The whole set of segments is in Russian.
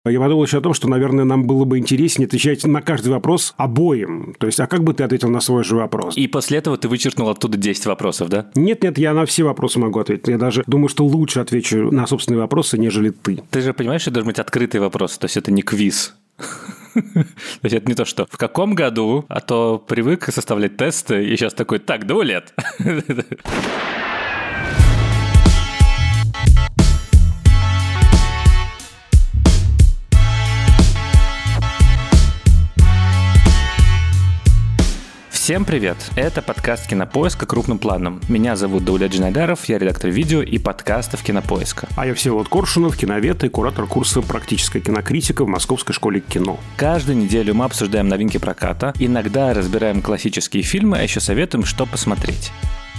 Я подумал еще о том, что, наверное, нам было бы интереснее отвечать на каждый вопрос обоим. То есть, а как бы ты ответил на свой же вопрос? И после этого ты вычеркнул оттуда 10 вопросов, да? Нет, я на все вопросы могу ответить. Я даже думаю, что лучше отвечу на собственные вопросы, нежели ты. Ты же понимаешь, что это должен быть открытый вопрос, то есть это не квиз. То есть это не то, что в каком году, а то привык составлять тесты, и сейчас такой, так, 2 лет. Всем привет! Это подкаст «Кинопоиска. Крупным планом». Меня зовут Даулет Джинайдаров, я редактор видео и подкастов «Кинопоиска». А я Всеволод Коршунов, киновед и куратор курса «Практическая кинокритика» в Московской школе кино. Каждую неделю мы обсуждаем новинки проката, иногда разбираем классические фильмы, а еще советуем, что посмотреть.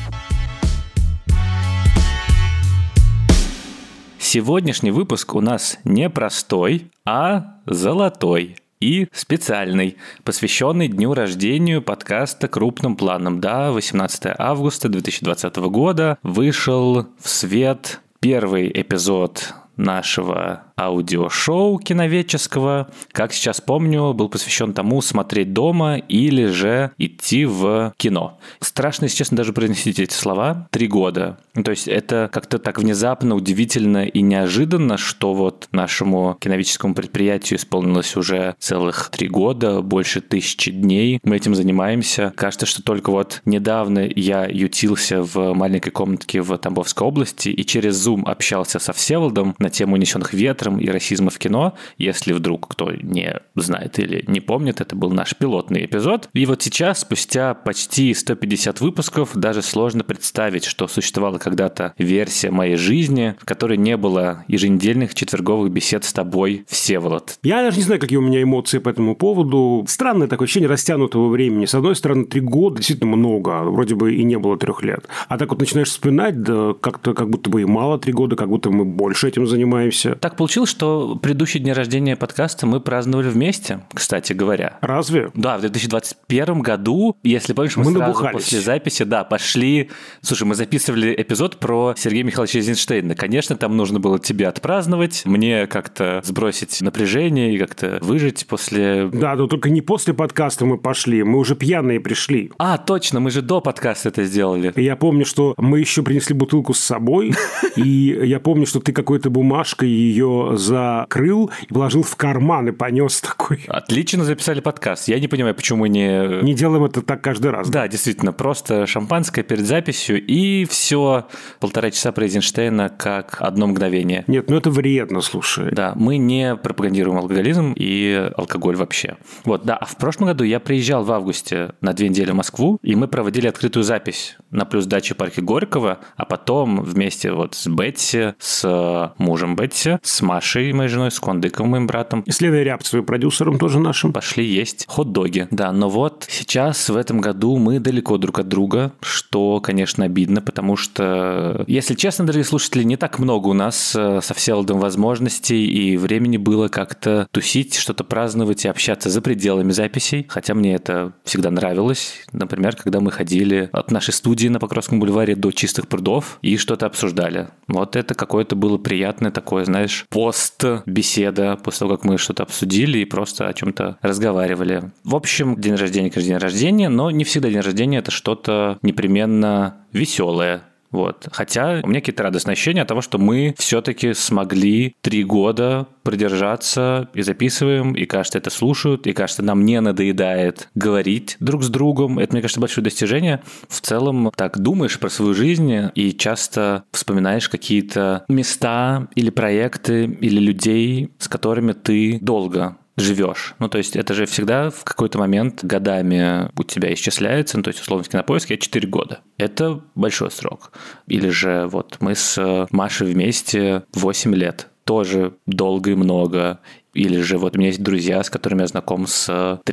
Сегодняшний выпуск у нас не простой, а золотой. И специальный, посвященный дню рождения подкаста «Крупным планом». Да, 18 августа 2020 года вышел в свет первый эпизод нашего аудиошоу киноведческого. Как сейчас помню, был посвящен тому, смотреть дома или же идти в кино. Страшно, если честно, даже произносить эти слова. 3 года. То есть это как-то так внезапно, удивительно и неожиданно, что вот нашему киноведческому предприятию исполнилось уже целых 3 года, больше 1000 дней. Мы этим занимаемся. Кажется, что только вот недавно я ютился в маленькой комнатке в Тамбовской области и через Zoom общался со Всеволодом на тему «Унесенных ветром» и расизма в кино. Если вдруг кто не знает или не помнит, это был наш пилотный эпизод. И вот сейчас, спустя почти 150 выпусков, даже сложно представить, что существовала когда-то версия моей жизни, в которой не было еженедельных четверговых бесед с тобой, Всеволод. Я даже не знаю, какие у меня эмоции по этому поводу. Странное такое ощущение растянутого времени. С одной стороны, 3 года действительно много. Вроде бы и не было 3 лет. А так вот начинаешь вспоминать, да как-то как будто бы и мало 3 года, как будто мы больше этим занимаемся. Так получилось, что предыдущий день рождения подкаста мы праздновали вместе, кстати говоря. Разве? Да, в 2021 году, если помнишь, мы сразу набухались. После записи, пошли... Слушай, мы записывали эпизод про Сергея Михайловича Эйзенштейна. Конечно, там нужно было тебе отпраздновать, мне как-то сбросить напряжение и как-то выжить после... Да, но только не после подкаста мы пошли, мы уже пьяные пришли. А, точно, мы же до подкаста это сделали. И я помню, что мы еще принесли бутылку с собой, и я помню, что ты какой-то бумажкой ее закрыл и положил в карман и понес такой. Отлично записали подкаст. Я не понимаю, почему мы не делаем это так каждый раз. Да, действительно, просто шампанское перед записью, и все, 1,5 часа про Эйзенштейна как одно мгновение. Нет, это вредно, слушай. Да, мы не пропагандируем алкоголизм и алкоголь вообще. Вот, да, а в прошлом году я приезжал в августе на 2 недели в Москву, и мы проводили открытую запись на плюс даче парке Горького, а потом вместе вот с Бетси, с мужем Бетси, с Машей, моей женой, с Кондыком, моим братом. И с Леной Рябцевой, продюсером тоже нашим. Пошли есть хот-доги. Да, но вот сейчас, в этом году, мы далеко друг от друга, что, конечно, обидно, потому что, если честно, дорогие слушатели, не так много у нас со Всеволодом возможностей и времени было как-то тусить, что-то праздновать и общаться за пределами записей, хотя мне это всегда нравилось. Например, когда мы ходили от нашей студии на Покровском бульваре до Чистых прудов и что-то обсуждали. Вот это какое-то было приятное такое, знаешь, пост-беседа после того, как мы что-то обсудили и просто о чем-то разговаривали. В общем, день рождения, конечно, день рождения, но не всегда день рождения – это что-то непременно веселое. Вот. Хотя у меня какие-то радостные ощущения от того, что мы все-таки смогли 3 года продержаться и записываем, и, кажется, это слушают, и, кажется, нам не надоедает говорить друг с другом. Это, мне кажется, большое достижение. В целом, так думаешь про свою жизнь и часто вспоминаешь какие-то места или проекты, или людей, с которыми ты долго живешь. То есть это же всегда в какой-то момент годами у тебя исчисляется. То есть, условно, в Кинопоиске 4 года. Это большой срок. Или же вот мы с Машей вместе 8 лет. Тоже долго и много. Или же вот у меня есть друзья, с которыми я знаком с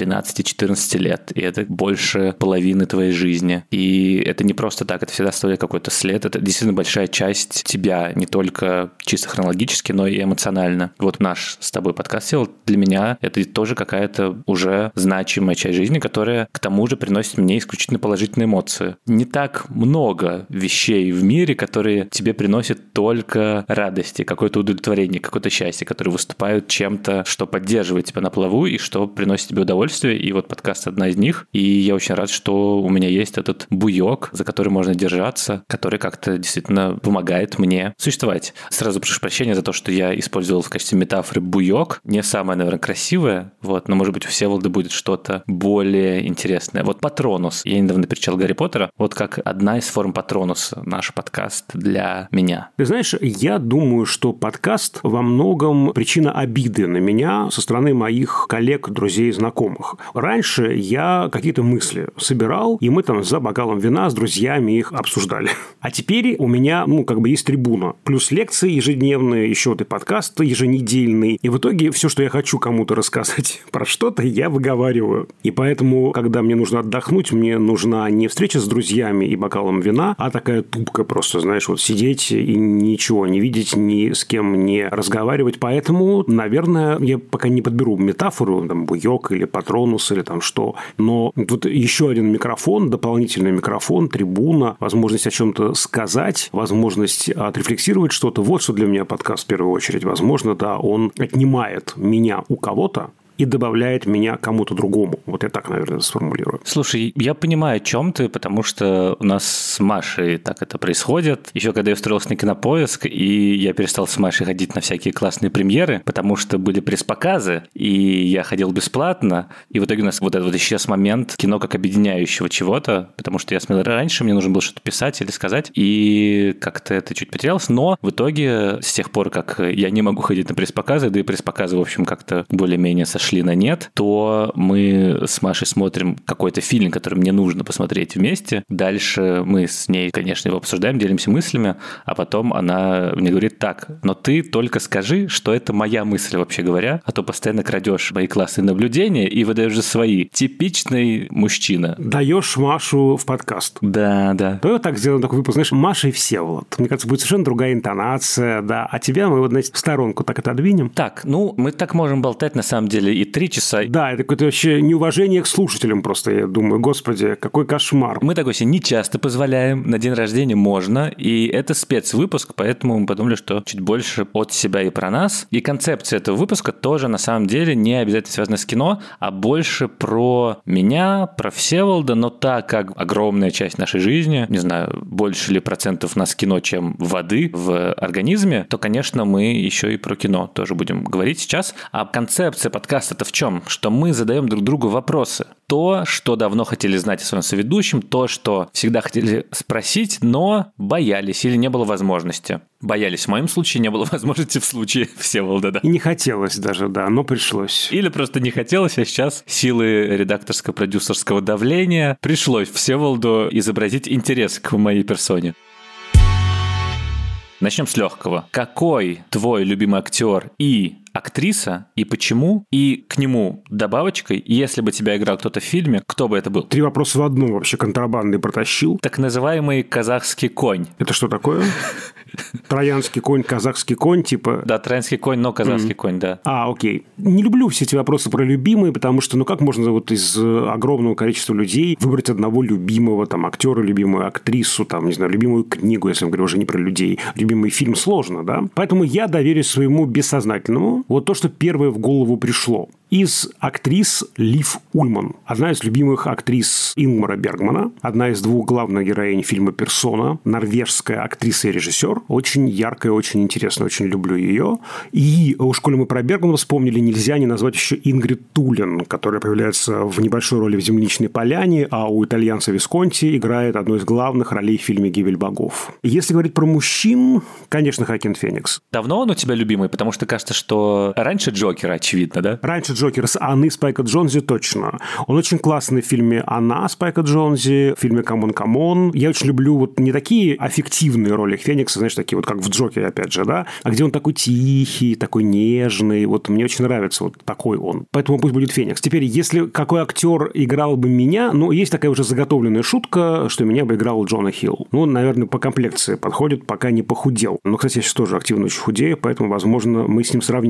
13-14 лет, и это больше половины твоей жизни. И это не просто так, это всегда оставляет какой-то след, это действительно большая часть тебя, не только чисто хронологически, но и эмоционально. Вот наш с тобой подкаст для меня это тоже какая-то уже значимая часть жизни, которая к тому же приносит мне исключительно положительные эмоции. Не так много вещей в мире, которые тебе приносят только радости, какое-то удовлетворение, какое-то счастье, которые выступают чем-то что-то, что поддерживает тебя на плаву и что приносит тебе удовольствие. И вот подкаст одна из них. И я очень рад, что у меня есть этот буёк, за который можно держаться, который как-то действительно помогает мне существовать. Сразу прошу прощения за то, что я использовал в качестве метафоры буёк. Не самое, наверное, красивое, вот, но, может быть, у Всеволода будет что-то более интересное. Вот Патронус. Я недавно перечитал Гарри Поттера. Вот как одна из форм Патронуса наш подкаст для меня. Ты знаешь, я думаю, что подкаст во многом причина обиды на меня со стороны моих коллег, друзей, знакомых. Раньше я какие-то мысли собирал, и мы там за бокалом вина с друзьями их обсуждали. А теперь у меня, есть трибуна. Плюс лекции ежедневные, еще вот и подкаст еженедельный. И в итоге все, что я хочу кому-то рассказать про что-то, я выговариваю. И поэтому, когда мне нужно отдохнуть, мне нужна не встреча с друзьями и бокалом вина, а такая тупка просто, знаешь, вот сидеть и ничего не видеть, ни с кем не разговаривать. Поэтому, наверное, я пока не подберу метафору, там, буёк или патронус или там что. Но вот еще один микрофон, дополнительный микрофон, трибуна, возможность о чем-то сказать, возможность отрефлексировать что-то. Вот что для меня подкаст в первую очередь. Возможно, да, он отнимает меня у кого-то и добавляет меня кому-то другому. Вот я так, наверное, сформулирую. Слушай, я понимаю, о чем ты, потому что у нас с Машей так это происходит. Еще когда я устроился на Кинопоиск, и я перестал с Машей ходить на всякие классные премьеры, потому что были пресс-показы, и я ходил бесплатно, и в итоге у нас вот этот вот исчез момент кино как объединяющего чего-то, потому что я смотрел раньше, мне нужно было что-то писать или сказать, и как-то это чуть потерялось, но в итоге с тех пор, как я не могу ходить на пресс-показы, да и пресс-показы, в общем, как-то более-менее сошли на нет, то мы с Машей смотрим какой-то фильм, который мне нужно посмотреть вместе. Дальше мы с ней, конечно, его обсуждаем, делимся мыслями, а потом она мне говорит: так, но ты только скажи, что это моя мысль, вообще говоря, а то постоянно крадешь мои классные наблюдения и выдаешь же свои. Типичный мужчина. Даешь Машу в подкаст. Да. Давай вот так сделаем такой выпуск, знаешь, Маша и Всеволод. Мне кажется, будет совершенно другая интонация, да. А тебя мы вот, знаете, в сторонку так отодвинем. Так, мы так можем болтать, на самом деле, и 3 часа. Да, это какое-то вообще неуважение к слушателям просто, я думаю. Господи, какой кошмар. Мы такой себе не часто позволяем, на день рождения можно, и это спецвыпуск, поэтому мы подумали, что чуть больше от себя и про нас. И концепция этого выпуска тоже, на самом деле, не обязательно связана с кино, а больше про меня, про Всеволода, но так как огромная часть нашей жизни, не знаю, больше ли процентов у нас кино, чем воды в организме, то, конечно, мы еще и про кино тоже будем говорить сейчас. А концепция подкаста это в чем? Что мы задаем друг другу вопросы. То, что давно хотели знать о своем соведущем, то, что всегда хотели спросить, но боялись или не было возможности. Боялись. В моем случае не было возможности в случае Всеволода, да. И не хотелось даже, да, но пришлось. Или просто не хотелось, а сейчас силы редакторско-продюсерского давления пришлось Всеволоду изобразить интерес к моей персоне. Начнем с легкого. Какой твой любимый актер и актриса, и почему? И к нему добавочкой, если бы тебя играл кто-то в фильме, кто бы это был? 3 вопроса в одном вообще контрабандой протащил. Так называемый казахский конь. Это что такое? Троянский конь, казахский конь, типа... Да, троянский конь, но казахский конь, да. Окей. Не люблю все эти вопросы про любимые, потому что, как можно вот из огромного количества людей выбрать одного любимого там актера, любимую актрису, там, не знаю, любимую книгу, если мы говорим уже не про людей, любимый фильм, сложно, да? Поэтому я доверюсь своему бессознательному. Вот то, что первое в голову пришло. Из актрис Лив Ульман. Одна из любимых актрис Ингмара Бергмана. Одна из 2 главных героинь фильма «Персона». Норвежская актриса и режиссер. Очень яркая, очень интересная. Очень люблю ее. И уж коли мы про Бергмана вспомнили, нельзя не назвать еще Ингрид Тулен, которая появляется в небольшой роли в «Земляничной поляне», а у итальянца Висконти играет одну из главных ролей в фильме «Гибель богов». Если говорить про мужчин, конечно, Хоакин Феникс. Давно он у тебя любимый? Потому что кажется, что раньше Джокера, очевидно, да? Раньше Джокер с Анны Спайка Джонзи точно. Он очень классный в фильме «Она» Спайка Джонзи, в фильме «Камон, камон». Я очень люблю вот не такие аффективные роли Феникса, знаешь, такие вот как в Джокере, опять же, да, а где он такой тихий, такой нежный. Вот мне очень нравится вот такой он. Поэтому пусть будет Феникс. Теперь, если какой актер играл бы меня, есть такая уже заготовленная шутка, что меня бы играл Джона Хилл. Наверное, по комплекции подходит, пока не похудел. Но, кстати, я сейчас тоже активно очень худею, поэтому, возможно, мы с ним сравняемся.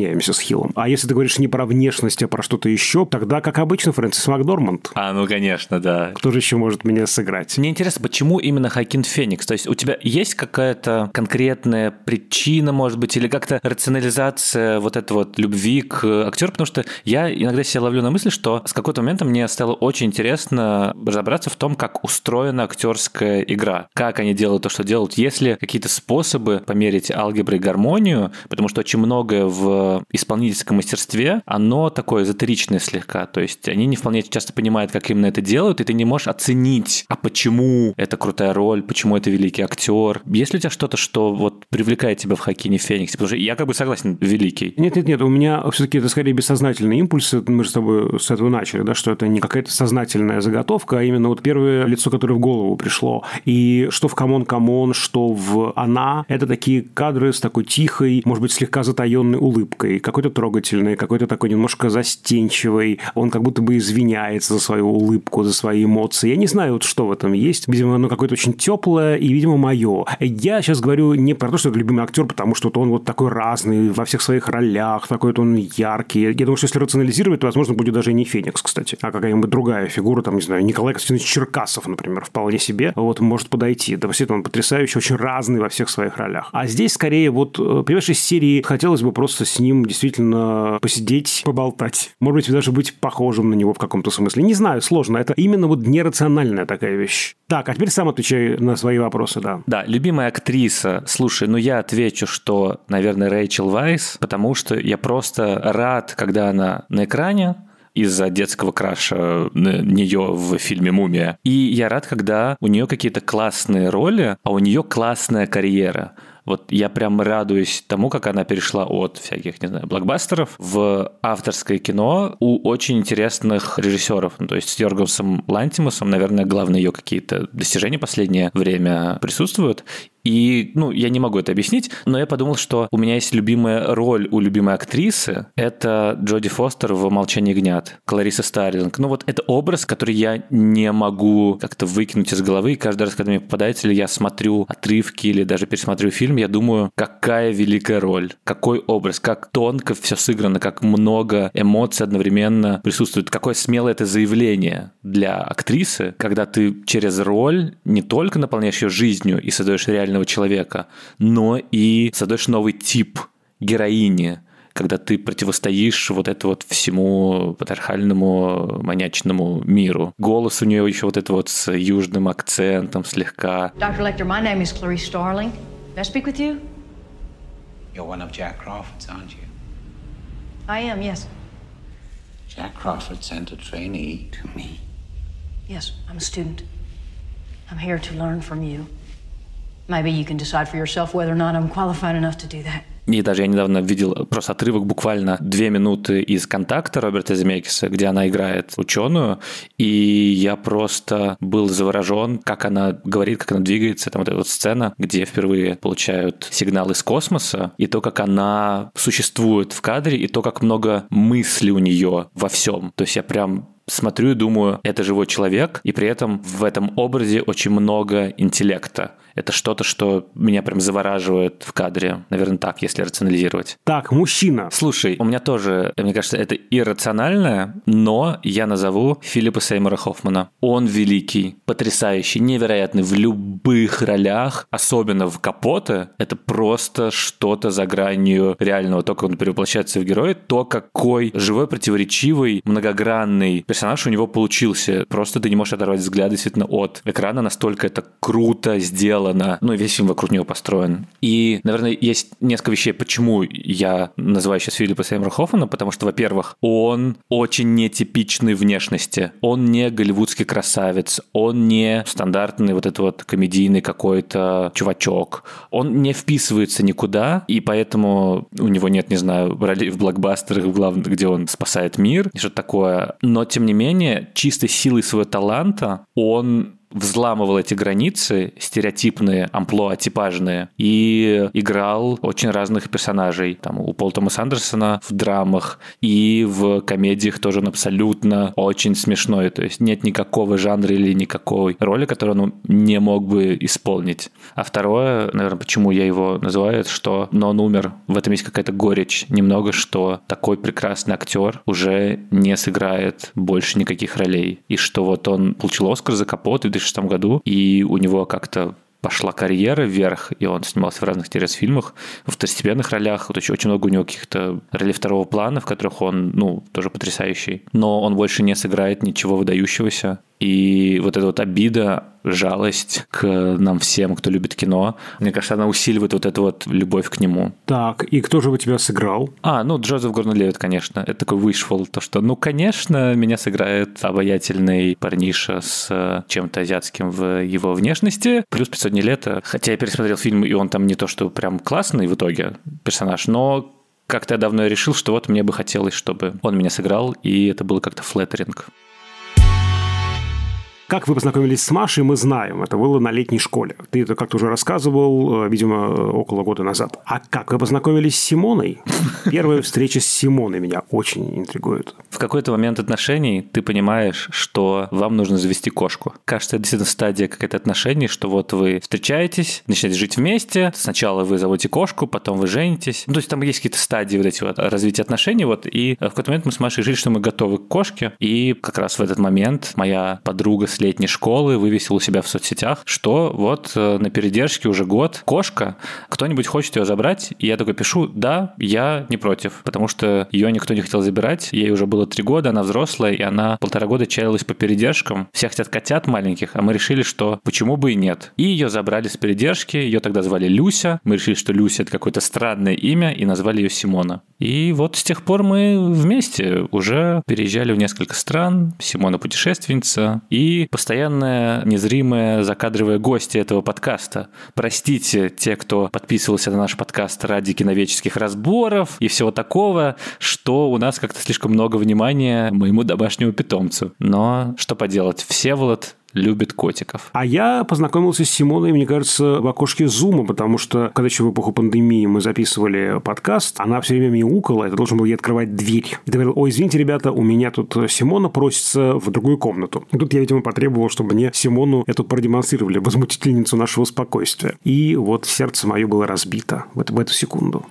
поведение миссис Хиллом. А если ты говоришь не про внешность, а про что-то еще, тогда, как обычно, Фрэнсис Макдорманд. Ну, конечно, да. Кто же еще может меня сыграть? Мне интересно, почему именно Хоакин Феникс? То есть у тебя есть какая-то конкретная причина, может быть, или как-то рационализация вот этой вот любви к актеру? Потому что я иногда себя ловлю на мысли, что с какого-то момента мне стало очень интересно разобраться в том, как устроена актерская игра, как они делают то, что делают, есть ли какие-то способы померить алгебру и гармонию, потому что очень многое в исполнительском мастерстве, оно такое эзотеричное слегка, то есть они не вполне часто понимают, как именно это делают, и ты не можешь оценить, а почему это крутая роль, почему это великий актер. Есть ли у тебя что-то, что вот привлекает тебя в Хоакине Фениксе? Потому что я как бы согласен, великий. Нет, у меня все-таки это скорее бессознательный импульс, мы же с тобой с этого начали, да, что это не какая-то сознательная заготовка, а именно вот первое лицо, которое в голову пришло. И что в «Камон», что в «Она», это такие кадры с такой тихой, может быть, слегка затаенной улыбкой, какой-то трогательной, какой-то такой немножко застенчивой, он как будто бы извиняется за свою улыбку, за свои эмоции. Я не знаю, вот что в этом есть. Видимо, оно какое-то очень теплое и, видимо, мое. Я сейчас говорю не про то, что это любимый актер, потому что он вот такой разный во всех своих ролях, такой вот он яркий. Я думаю, что если рационализировать, то, возможно, будет даже и не Феникс, кстати, а какая-нибудь другая фигура, там, не знаю, Николай Константинович Черкасов, например, вполне себе, вот, может подойти. Да, действительно, он потрясающий, очень разный во всех своих ролях. А здесь, скорее, вот, понимаешь, из серии хотелось бы просто с ним действительно посидеть, поболтать. Может быть, даже быть похожим на него в каком-то смысле. Не знаю, сложно. Это именно вот нерациональная такая вещь. Так, а теперь сам отвечай на свои вопросы, да. Да, любимая актриса. Слушай, я отвечу, что, наверное, Рэйчел Вайс, потому что я просто рад, когда она на экране, из-за детского краша на нее в фильме «Мумия». И я рад, когда у нее какие-то классные роли, а у нее классная карьера. Вот я прям радуюсь тому, как она перешла от всяких, не знаю, блокбастеров в авторское кино у очень интересных режиссеров. То есть с Йоргосом Лантимусом, наверное, главные ее какие-то достижения последнее время присутствуют. И, я не могу это объяснить, но я подумал, что у меня есть любимая роль у любимой актрисы. Это Джоди Фостер в «Молчании ягнят», Клариса Старлинг. Вот это образ, который я не могу как-то выкинуть из головы. И каждый раз, когда мне попадается, или я смотрю отрывки, или даже пересмотрю фильм, я думаю, какая великая роль, какой образ, как тонко все сыграно, как много эмоций одновременно присутствует. Какое смелое это заявление для актрисы, когда ты через роль не только наполняешь ее жизнью и создаешь реального человека, но и создаешь новый тип героини, когда ты противостоишь вот это вот всему патриархальному маньячному миру. Голос у нее еще вот это вот с южным акцентом слегка. Dr. Lecter, my name is Clarice Starling. May I speak with you? You're one of Jack Crawford's, aren't you? I am, yes. Jack Crawford sent a trainee to me. Yes, I'm a student. I'm here to learn from you. Maybe you can decide for yourself whether or not I'm qualified enough to do that. И даже я недавно видел просто отрывок, буквально 2 минуты из «Контакта» Роберта Земекиса, где она играет ученую, и я просто был заворожен, как она говорит, как она двигается. Там вот эта вот сцена, где впервые получают сигнал из космоса, и то, как она существует в кадре, и то, как много мыслей у нее во всем. То есть я прям смотрю и думаю, это живой человек, и при этом в этом образе очень много интеллекта. Это что-то, что меня прям завораживает в кадре. Наверное, так, если рационализировать. Так, мужчина. Слушай, у меня тоже, мне кажется, это иррационально, но я назову Филиппа Сеймура Хоффмана. Он великий, потрясающий, невероятный в любых ролях, особенно в «Капоте». Это просто что-то за гранью реального. То, как он перевоплощается в героя, то, какой живой, противоречивый, многогранный персонаж у него получился. Просто ты не можешь оторвать взгляд действительно от экрана, настолько это круто сделано. И весь фильм вокруг него построен. И, наверное, есть несколько вещей, почему я называю сейчас Филиппа Сеймура Хоффмана, потому что, во-первых, он очень нетипичной внешности. Он не голливудский красавец, он не стандартный вот этот вот комедийный какой-то чувачок. Он не вписывается никуда, и поэтому у него нет, не знаю, ролей в блокбастерах, где он спасает мир, и что-то такое. Но, тем не менее, чистой силой своего таланта он взламывал эти границы, стереотипные, амплуа, типажные, и играл очень разных персонажей. Там у Пола Томаса Андерсона в драмах и в комедиях тоже он абсолютно очень смешной. То есть нет никакого жанра или никакой роли, которую он не мог бы исполнить. А второе, наверное, почему я его называю, это что он умер. В этом есть какая-то горечь немного, что такой прекрасный актер уже не сыграет больше никаких ролей. И что вот он получил Оскар за Капот в 2006 году, и у него как-то пошла карьера вверх, и он снимался в разных интересных фильмах, в второстепенных ролях. Вот очень много у него каких-то ролей второго плана, в которых он, тоже потрясающий. Но он больше не сыграет ничего выдающегося. И вот эта вот обида, жалость к нам всем, кто любит кино, мне кажется, она усиливает вот эту вот любовь к нему. Так, и кто же бы тебя сыграл? Джозеф Гордон-Левитт, конечно. Это такой вышел, то что, конечно, меня сыграет обаятельный парниша с чем-то азиатским в его внешности. Плюс 500 дней лета. Хотя я пересмотрел фильм, и он там не то, что прям классный в итоге персонаж, но как-то я давно решил, что вот мне бы хотелось, чтобы он меня сыграл, и это было как-то флеттеринг. Как вы познакомились с Машей, мы знаем. Это было на летней школе. Ты это как-то уже рассказывал, видимо, около года назад. А как вы познакомились с Симоной? Первая встреча с Симоной меня очень интригует. В какой-то момент отношений ты понимаешь, что вам нужно завести кошку. Кажется, это действительно стадия какая-то отношений, что вот вы встречаетесь, начинаете жить вместе, сначала вы заводите кошку, потом вы женитесь. То есть там есть какие-то стадии вот эти вот развития отношений, и в какой-то момент мы с Машей решили, что мы готовы к кошке, и как раз в этот момент моя подруга с летней школы вывесила у себя в соцсетях, что вот на передержке уже год кошка, кто-нибудь хочет ее забрать? И я такой пишу: да, я не против, потому что ее никто не хотел забирать, ей уже было 3 года, она взрослая, и она 1,5 года чаялась по передержкам. Все хотят котят маленьких, а мы решили, что почему бы и нет. И ее забрали с передержки, ее тогда звали Люся, мы решили, что Люся — это какое-то странное имя, и назвали ее Симона. И вот с тех пор мы вместе уже переезжали в несколько стран, Симона путешественница, и постоянная незримая закадровая гостья этого подкаста. Простите те, кто подписывался на наш подкаст ради киновеческих разборов и всего такого, что у нас как-то слишком много внимания моему домашнему питомцу. Но что поделать, Всеволод любит котиков. А я познакомился с Симоной, мне кажется, в окошке Зума, потому что, когда еще в эпоху пандемии мы записывали подкаст, она все время мяукала, это должен был ей открывать дверь. И ты говорил: ой, извините, ребята, у меня тут Симона просится в другую комнату. И тут я, видимо, потребовал, чтобы мне Симону эту продемонстрировали, возмутительницу нашего спокойствия. И вот сердце мое было разбито в эту секунду.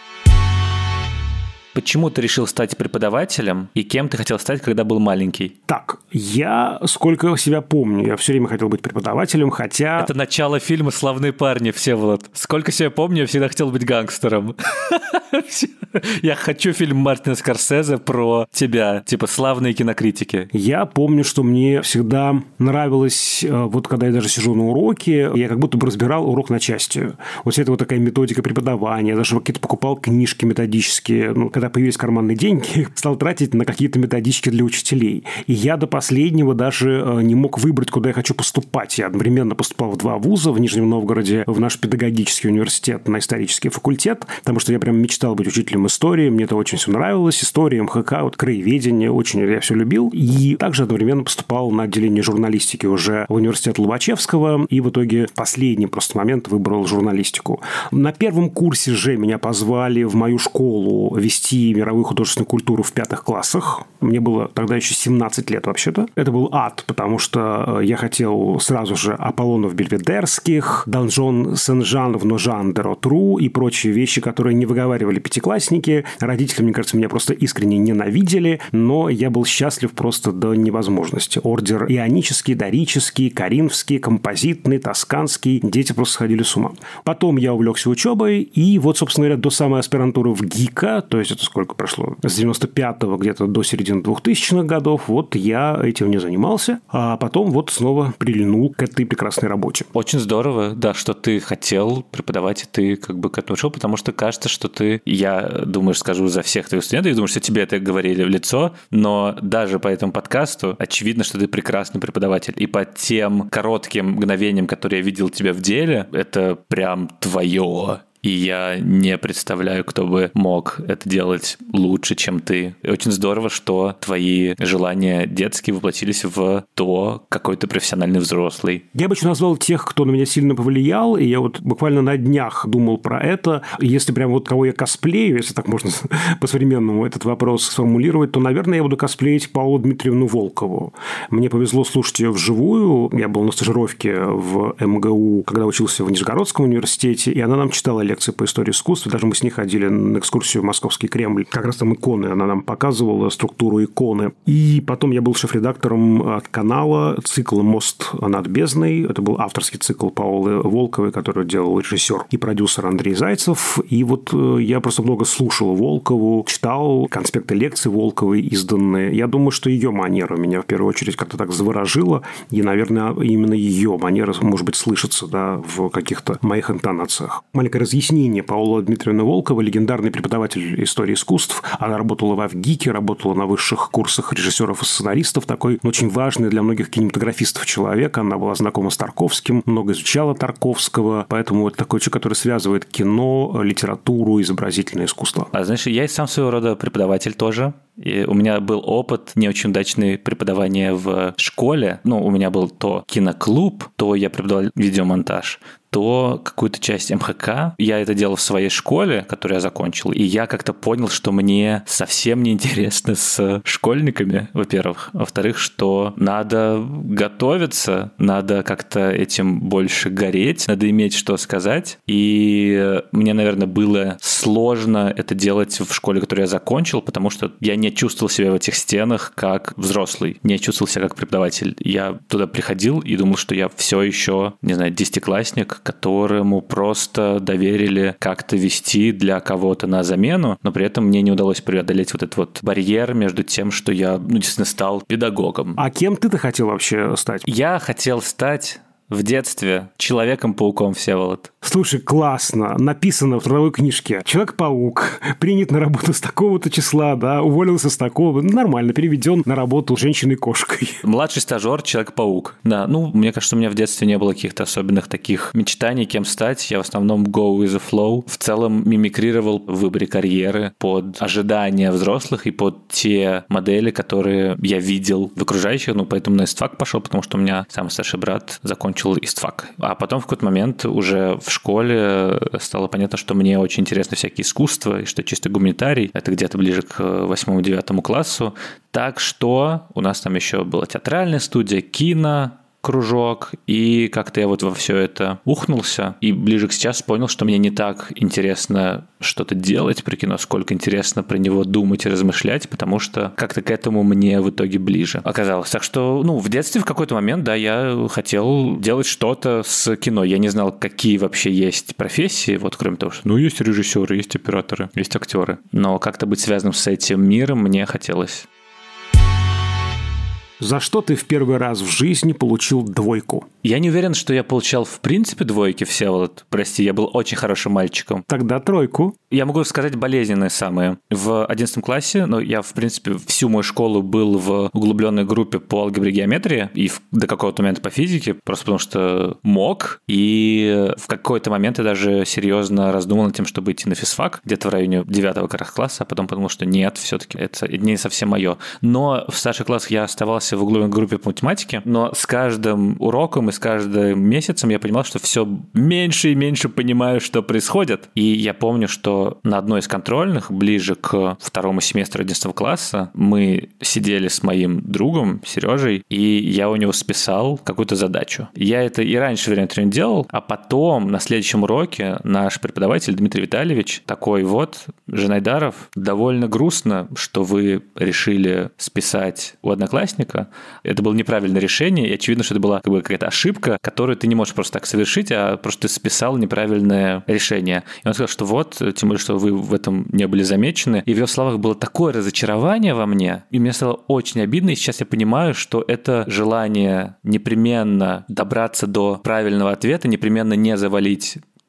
Почему ты решил стать преподавателем и кем ты хотел стать, когда был маленький? Так, я, сколько себя помню, я все время хотел быть преподавателем, хотя... Это начало фильма «Славные парни», Всеволод. Сколько себя помню, я всегда хотел быть гангстером. Я хочу фильм Мартина Скорсезе про тебя, типа «Славные кинокритики». Я помню, что мне всегда нравилось, вот когда я даже сижу на уроке, я как будто бы разбирал урок на части. Вот вся эта вот такая методика преподавания, даже какие-то покупал книжки методические, когда появились карманные деньги, стал тратить на какие-то методички для учителей. И я до последнего даже не мог выбрать, куда я хочу поступать. Я одновременно поступал в 2 вуза, в Нижнем Новгороде, в наш педагогический университет, на исторический факультет, потому что я прям мечтал быть учителем истории, мне это очень все нравилось. История, МХК, краеведение, очень я все любил. И также одновременно поступал на отделение журналистики уже в университет Лобачевского, и в итоге в последний просто момент выбрал журналистику. На первом курсе же меня позвали в мою школу вести мировую художественную культуру в 5 классах. Мне было тогда еще 17 лет вообще-то. Это был ад, потому что я хотел сразу же Аполлонов Бельведерских, Донжон Сен-Жан в Ножан де Ротру и прочие вещи, которые не выговаривали 5-классники. Родители, мне кажется, меня просто искренне ненавидели, но я был счастлив просто до невозможности. Ордер ионический, дорический, коринфский, композитный, тосканский. Дети просто сходили с ума. Потом я увлекся учебой, и вот, собственно говоря, до самой аспирантуры в ГИКа, то есть это сколько прошло? С 95-го где-то до середины 2000-х годов вот я этим не занимался, а потом вот снова прильнул к этой прекрасной работе. Очень здорово, да, что ты хотел преподавать, и ты как бы к этому шел, потому что кажется, что ты, я думаю, скажу за всех твоих студентов, я думаю, что тебе это говорили в лицо, но даже по этому подкасту очевидно, что ты прекрасный преподаватель, и по тем коротким мгновениям, которые я видел тебя в деле, это прям твое. и я не представляю, кто бы мог это делать лучше, чем ты. И очень здорово, что твои желания детские воплотились в то, какой ты профессиональный взрослый. Я бы еще назвал тех, кто на меня сильно повлиял, и я вот буквально на днях думал про это. Если прям вот кого я косплею, если так можно по-современному этот вопрос сформулировать, то, наверное, я буду косплеить Паулу Дмитриевну Волкову. Мне повезло слушать ее вживую. Я был на стажировке в МГУ, когда учился в Нижегородском университете, и она нам читала лекции по истории искусства. Даже мы с ней ходили на экскурсию в Московский Кремль. Как раз там иконы. Она нам показывала структуру иконы. И потом я был шеф-редактором от канала цикла «Мост над бездной». Это был авторский цикл Паулы Волковой, который делал режиссер и продюсер Андрей Зайцев. И вот я просто много слушал Волкову, читал конспекты лекций Волковой изданные. Я думаю, что ее манера меня в первую очередь как-то так заворожила. И, наверное, именно ее манера, может быть, слышится, да, в каких-то моих интонациях. Маленькое разъяснение. Паула Дмитриевна Волкова – легендарный преподаватель истории искусств. Она работала в АВГИКе, работала на высших курсах режиссеров и сценаристов. Такой очень важный для многих кинематографистов человек. Она была знакома с Тарковским, много изучала Тарковского. Поэтому это такой человек, который связывает кино, литературу, изобразительное искусство. А знаешь, я и сам своего рода преподаватель тоже. И у меня был опыт не очень удачный преподавания в школе. Ну, у меня был то киноклуб, то я преподавал видеомонтаж, то какую-то часть МХК. Я это делал в своей школе, которую я закончил, и я как-то понял, что мне совсем не интересно с школьниками, во-первых. Во-вторых, что надо готовиться, надо как-то этим больше гореть, надо иметь что сказать. И мне, наверное, было сложно это делать в школе, которую я закончил, потому что я не чувствовал себя в этих стенах как взрослый, не чувствовал себя как преподаватель. Я туда приходил и думал, что я все еще, не знаю, десятиклассник, которому просто доверили как-то вести для кого-то на замену, но при этом мне не удалось преодолеть вот этот вот барьер между тем, что я, действительно стал педагогом. А кем ты-то хотел вообще стать? Я хотел стать в детстве Человеком-пауком, Всеволод. Слушай, классно. Написано в трудовой книжке. Человек-паук принят на работу с такого-то числа, да, уволился с такого. Нормально, переведен на работу женщиной-кошкой. Младший стажер Человек-паук. Да, мне кажется, у меня в детстве не было каких-то особенных таких мечтаний, кем стать. Я в основном go with the flow. В целом мимикрировал в выборе карьеры под ожидания взрослых и под те модели, которые я видел в окружающих. Поэтому на ИСТФАК пошел, потому что у меня самый старший брат закончил ИСТФАК. А потом в какой-то момент уже в школе стало понятно, что мне очень интересно всякие искусства, и что чисто гуманитарий. Это где-то ближе к 8-9 классу. Так что у нас там еще была театральная студия, кино, кружок, и как-то я вот во все это ухнулся, и ближе к сейчас понял, что мне не так интересно что-то делать про кино, сколько интересно про него думать и размышлять, потому что как-то к этому мне в итоге ближе оказалось. Так что, в детстве в какой-то момент, да, я хотел делать что-то с кино. Я не знал, какие вообще есть профессии, вот кроме того, что, есть режиссеры, есть операторы, есть актеры. Но как-то быть связанным с этим миром мне хотелось. За что ты в первый раз в жизни получил 2? Я не уверен, что я получал в принципе 2, Всеволод. Прости, я был очень хорошим мальчиком. Тогда 3. Я могу сказать болезненные самые. В 11 классе, я, в принципе, всю мою школу был в углубленной группе по алгебре и геометрии и до какого-то момента по физике, просто потому что мог. И в какой-то момент я даже серьезно раздумал над тем, чтобы идти на физфак, где-то в районе 9 класса, а потом подумал, что нет, все-таки это не совсем мое. Но в старших классах я оставался в углубленной группе по математике, но с каждым уроком и с каждым месяцем я понимал, что все меньше и меньше понимаю, что происходит. И я помню, что на одной из контрольных, ближе к 2 семестру 11 класса, мы сидели с моим другом Сережей, и я у него списал какую-то задачу. Я это и раньше время от времени делал, а потом на следующем уроке наш преподаватель Дмитрий Витальевич такой: Жанайдаров, довольно грустно, что вы решили списать у одноклассника. Это было неправильное решение, и очевидно, что это была какая-то ошибка, которую ты не можешь просто так совершить, а просто ты списал неправильное решение. И он сказал, что тем более, что вы в этом не были замечены. И в его словах было такое разочарование во мне, и мне стало очень обидно, и сейчас я понимаю, что это желание непременно добраться до правильного ответа, непременно не завалить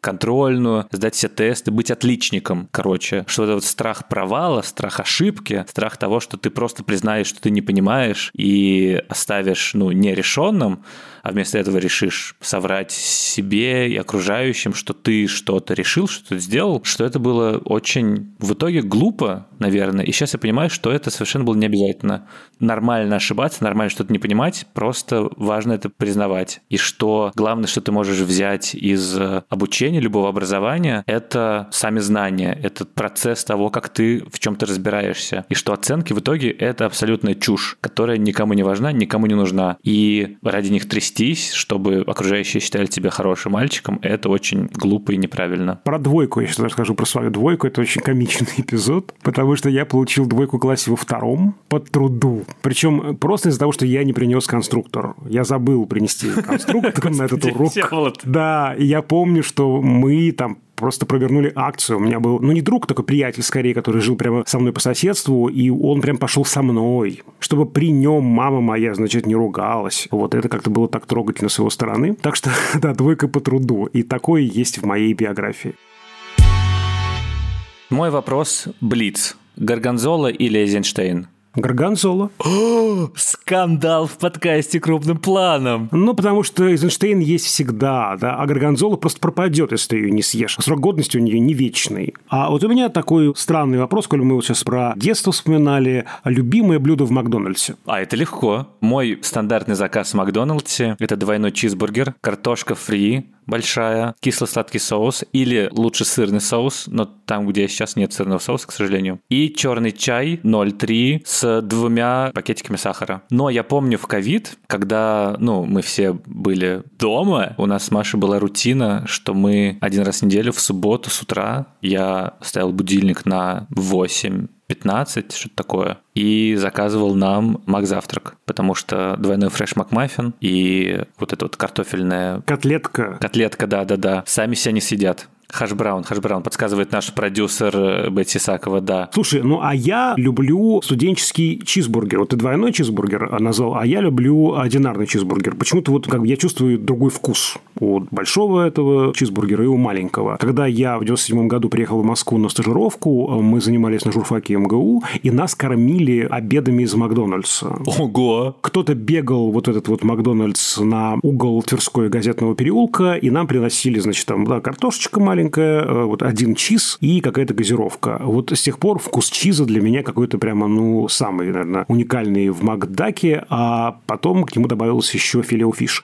контрольную, сдать все тесты, быть отличником, короче. Что это вот страх провала, страх ошибки, страх того, что ты просто признаешь, что ты не понимаешь и оставишь, нерешенным, а вместо этого решишь соврать себе и окружающим, что ты что-то решил, что-то сделал, что это было очень в итоге глупо, наверное. И сейчас я понимаю, что это совершенно было не обязательно. Нормально ошибаться, нормально что-то не понимать, просто важно это признавать. И что главное, что ты можешь взять из обучения, любого образования, это сами знания, это процесс того, как ты в чем-то разбираешься. И что оценки в итоге это абсолютная чушь, которая никому не важна, никому не нужна. И ради них трястись, чтобы окружающие считали тебя хорошим мальчиком, это очень глупо и неправильно. Про двойку я сейчас расскажу, про свою двойку. Это очень комичный эпизод, потому что я получил двойку в классе во 2 по труду. Причем просто из-за того, что я не принес конструктор. Я забыл принести конструктор на этот урок. Да, и я помню, что мы там просто провернули акцию. У меня был, не друг, только приятель скорее, который жил прямо со мной по соседству, и он прям пошел со мной, чтобы при нем мама моя, значит, не ругалась. Вот это как-то было так трогательно с его стороны. Так что, да, двойка по труду. И такое есть в моей биографии. Мой вопрос – Блиц. Горгонзола или Эйзенштейн? Горгонзола. Скандал в подкасте крупным планом. Потому что Эйзенштейн есть всегда, да, а горгонзола просто пропадет, если ты ее не съешь. Срок годности у нее не вечный. А вот у меня такой странный вопрос, коль мы вот сейчас про детство вспоминали. Любимое блюдо в Макдональдсе? Это легко. Мой стандартный заказ в Макдональдсе – это двойной чизбургер, картошка фри, большая, кисло-сладкий соус или лучше сырный соус, но там, где сейчас нет сырного соуса, к сожалению. И черный чай 0,3 с 2 пакетиками сахара. Но я помню в ковид, когда, мы все были дома, у нас с Машей была рутина, что мы один раз в неделю в субботу с утра я ставил будильник на 8:15, что-то такое, и заказывал нам Макзавтрак, потому что двойной фреш Макмаффин и вот эта вот картофельная... Котлетка, да. Сами себя не съедят. Хаш-браун, подсказывает наш продюсер Бетти Сакова, да. Слушай, а я люблю студенческий чизбургер. Вот ты двойной чизбургер назвал, а я люблю одинарный чизбургер. Почему-то вот я чувствую другой вкус у большого этого чизбургера и у маленького. Когда я в 97 году приехал в Москву на стажировку, мы занимались на журфаке МГУ, и нас кормили обедами из Макдональдса. Ого! Кто-то бегал вот этот вот Макдональдс на угол Тверской газетного переулка, и нам приносили, значит, там, картошечка маленькая, вот один чиз и какая-то газировка. Вот с тех пор вкус чиза для меня какой-то прямо, самый, наверное, уникальный в Макдаке, а потом к нему добавилось еще филе-о-фиш.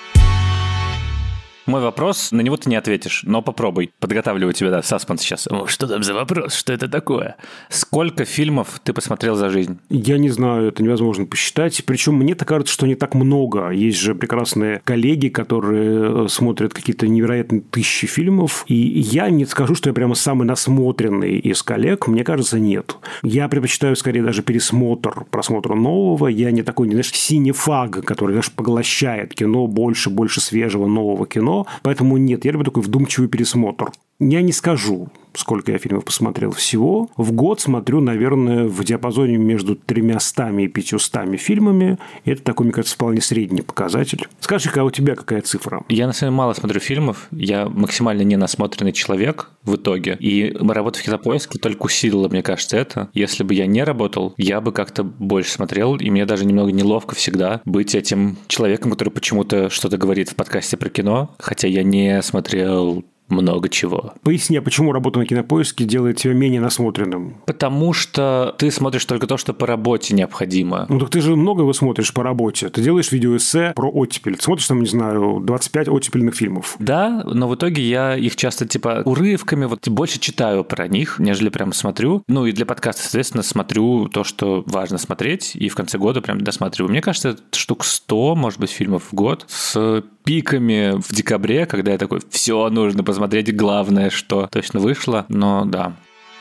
Мой вопрос, на него ты не ответишь, но попробуй. Подготавливаю тебя, да, саспенс сейчас. Что там за вопрос? Что это такое? Сколько фильмов ты посмотрел за жизнь? Я не знаю, это невозможно посчитать. Причем мне-то кажется, что не так много. Есть же прекрасные коллеги, которые смотрят какие-то невероятные тысячи фильмов. И я не скажу, что я прямо самый насмотренный из коллег. Мне кажется, нет. Я предпочитаю скорее даже просмотр нового. Я не такой, знаешь, синефаг, который, знаешь, поглощает кино больше свежего нового кино. Поэтому нет, я люблю такой вдумчивый пересмотр. Я не скажу, сколько я фильмов посмотрел всего. В год смотрю, наверное, в диапазоне между 300 и 500 фильмами. И это такой, мне кажется, вполне средний показатель. Скажи-ка, а у тебя какая цифра? Я, на самом деле, мало смотрю фильмов. Я максимально ненасмотренный человек в итоге. И работа в Кинопоиске только усилила, мне кажется, это. Если бы я не работал, я бы как-то больше смотрел. И мне даже немного неловко всегда быть этим человеком, который почему-то что-то говорит в подкасте про кино, хотя я не смотрел много чего. Поясни, а почему работа на Кинопоиске делает тебя менее насмотренным? Потому что ты смотришь только то, что по работе необходимо. Так ты же много его смотришь по работе. Ты делаешь видеоэссе про оттепель. Ты смотришь там, не знаю, 25 оттепельных фильмов. Да, но в итоге я их часто урывками больше читаю про них, нежели прям смотрю. И для подкаста, соответственно, смотрю то, что важно смотреть, и в конце года прям досматриваю. Мне кажется, это штук 100, может быть, фильмов в год с пиками в декабре, когда я такой, все нужно посмотреть, главное, что точно вышло, но да.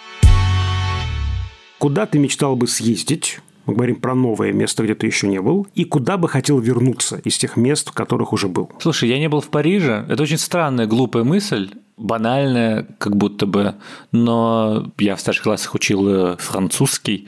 Куда ты мечтал бы съездить? Мы говорим про новое место, где ты еще не был. И куда бы хотел вернуться из тех мест, в которых уже был? Слушай, я не был в Париже. Это очень странная, глупая мысль. банальное, как будто бы, но я в старших классах учил французский,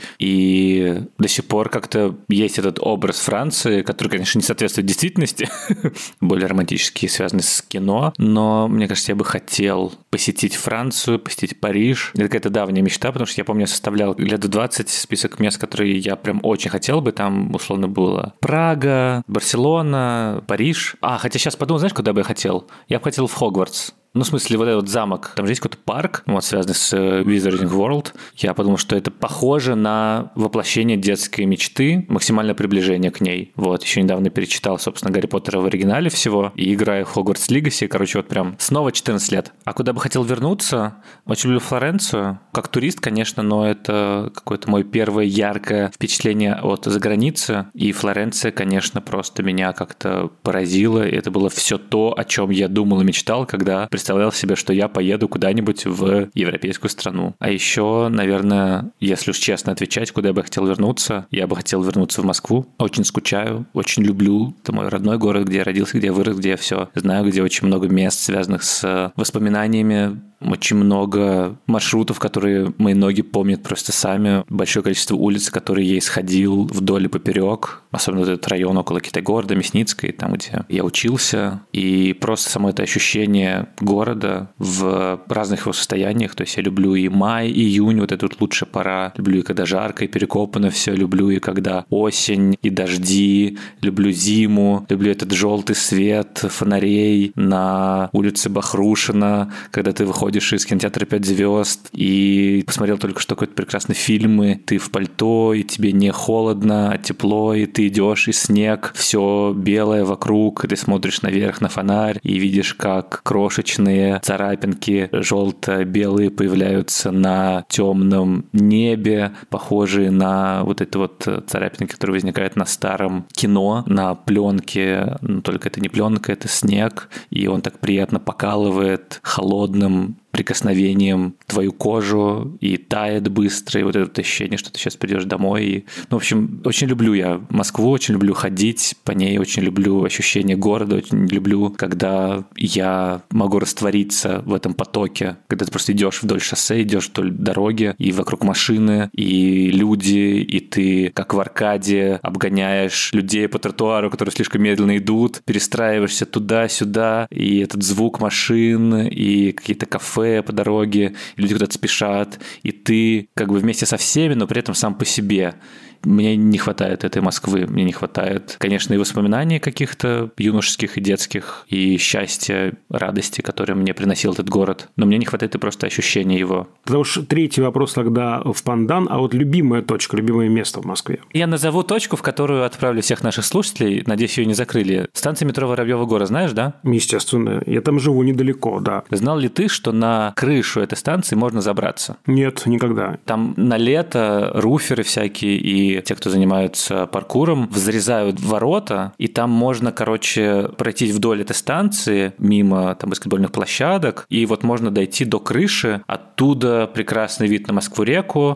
и до сих пор как-то есть этот образ Франции, который, конечно, не соответствует действительности, более романтический, связанный с кино, но, мне кажется, я бы хотел посетить Францию, посетить Париж. Это какая-то давняя мечта, потому что я помню, я составлял лет в 20 список мест, которые я прям очень хотел бы. Там, условно, было Прага, Барселона, Париж. Хотя сейчас подумал, знаешь, куда бы я хотел? Я бы хотел в Хогвартс. Ну, в смысле, вот этот замок. Там же есть какой-то парк, вот, связанный с Wizarding World. Я подумал, что это похоже на воплощение детской мечты, максимальное приближение к ней. Вот, еще недавно перечитал, собственно, Гарри Поттера в оригинале всего, и играю в Hogwarts Legacy, короче, вот прям снова 14 лет. А куда бы хотел вернуться? Очень люблю Флоренцию. Как турист, конечно, но это какое-то мое первое яркое впечатление от заграницы. И Флоренция, конечно, просто меня как-то поразила. И это было все то, о чем я думал и мечтал, когда представлял себе, что я поеду куда-нибудь в европейскую страну. А еще, наверное, если уж честно отвечать, куда я бы хотел вернуться, я бы хотел вернуться в Москву. Очень скучаю, очень люблю. Это мой родной город, где я родился, где я вырос, где я все знаю, где очень много мест, связанных с воспоминаниями, очень много маршрутов, которые мои ноги помнят просто сами. Большое количество улиц, которые я исходил вдоль и поперек. Особенно этот район около Китай-города, Мясницкой, там, где я учился. И просто само это ощущение города в разных его состояниях. То есть я люблю и май, и июнь, вот эту вот лучшая пора. Люблю и когда жарко, и перекопано все. Люблю и когда осень, и дожди. Люблю зиму. Люблю этот желтый свет фонарей на улице Бахрушина, когда ты выходишь из кинотеатра «5 звезд» и посмотрел только что какой-то прекрасный фильм, и ты в пальто, и тебе не холодно, а тепло, и ты идешь, и снег, все белое вокруг, и ты смотришь наверх на фонарь, и видишь, как крошечные царапинки желто-белые появляются на темном небе, похожие на вот эти вот царапинки, которые возникают на старом кино, на пленке, но только это не пленка, это снег, и он так приятно покалывает холодным прикосновением твою кожу и тает быстро, и вот это ощущение, что ты сейчас придешь домой. И, в общем, очень люблю я Москву, очень люблю ходить по ней, очень люблю ощущение города, очень люблю, когда я могу раствориться в этом потоке, когда ты просто идешь вдоль шоссе, идешь вдоль дороги, и вокруг машины, и люди, и ты, как в аркаде, обгоняешь людей по тротуару, которые слишком медленно идут, перестраиваешься туда-сюда, и этот звук машин, и какие-то кафе по дороге, и люди куда-то спешат, и ты как бы вместе со всеми, но при этом сам по себе. Мне не хватает этой Москвы, мне не хватает, конечно, и воспоминаний каких-то юношеских и детских, и счастья, радости, которые мне приносил этот город, но мне не хватает и просто ощущения его. Потому что третий вопрос тогда в пандан, а вот любимая точка, любимое место в Москве? Я назову точку, в которую отправлю всех наших слушателей, надеюсь, ее не закрыли. Станция метро Воробьёва гора, знаешь, да? Естественно, я там живу недалеко, да. Знал ли ты, что на крышу этой станции можно забраться? Нет, никогда. Там на лето руферы всякие и те, кто занимаются паркуром, взрезают ворота, и там можно, пройти вдоль этой станции, мимо там баскетбольных площадок, и вот можно дойти до крыши, оттуда прекрасный вид на Москву-реку,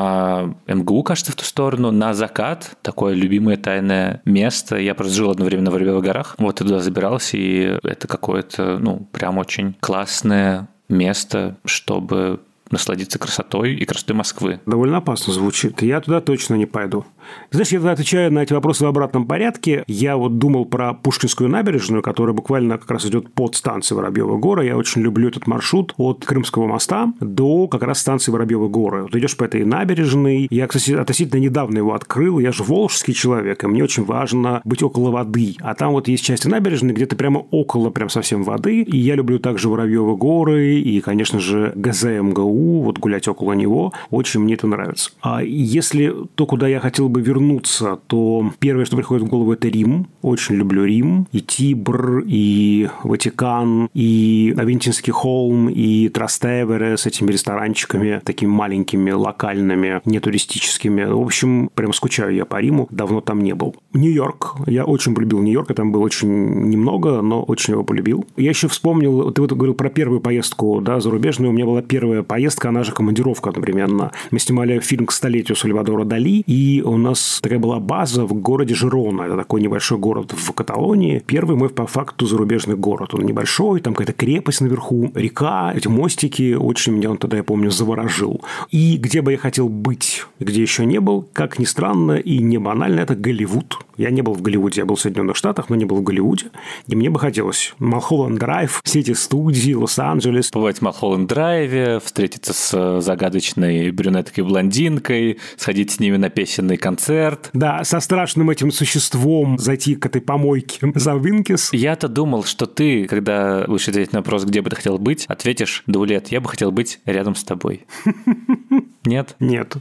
на МГУ, кажется, в ту сторону, на закат, такое любимое тайное место. Я просто жил одно время на Воробьевых горах, вот туда забирался, и это какое-то, прям очень классное место, чтобы насладиться красотой и красотой Москвы. Довольно опасно звучит. Я туда точно не пойду. Знаешь, я отвечаю на эти вопросы в обратном порядке. Я вот думал про Пушкинскую набережную, которая буквально как раз идет под станцией Воробьёва гора. Я очень люблю этот маршрут от Крымского моста до как раз станции Воробьёва горы. Вот идешь по этой набережной. Я, кстати, относительно недавно его открыл. Я же волжский человек, и мне очень важно быть около воды. А там вот есть части набережной, где-то прямо около прям совсем воды. И я люблю также Воробьёвы горы и, конечно же, ГЗ-МГУ, вот гулять около него. Очень мне это нравится. А если то, куда я хотел бы вернуться, то первое, что приходит в голову, это Рим. Очень люблю Рим. И Тибр, и Ватикан, и Авентинский холм, и Трастевере с этими ресторанчиками, такими маленькими, локальными, не туристическими. В общем, прям скучаю я по Риму. Давно там не был. Нью-Йорк. Я очень полюбил Нью-Йорк. Я там был очень немного, но очень его полюбил. Я еще вспомнил, ты вот говорил про первую поездку, да, зарубежную. У меня была первая поездка поездка, она же командировка одновременно. Мы снимали фильм к столетию Сальвадора Дали, и у нас такая была база в городе Жирона. Это такой небольшой город в Каталонии. Первый мой, по факту, зарубежный город. Он небольшой, там какая-то крепость наверху, река, эти мостики. Очень меня он тогда, я помню, заворожил. И где бы я хотел быть, где еще не был, как ни странно и не банально, это Голливуд. Я не был в Голливуде, я был в Соединенных Штатах, но не был в Голливуде. И мне бы хотелось. Малхолланд Драйв, все эти студии, Лос-Анджелес. Побывать в Малхолланд Драйве, встретиться с загадочной брюнеткой-блондинкой, сходить с ними на песенный концерт. Да, со страшным этим существом зайти к этой помойке за Винкис. Я-то думал, что ты, когда будешь ответить на вопрос, где бы ты хотел быть, ответишь: Даулет, я бы хотел быть рядом с тобой. Нет? Нет.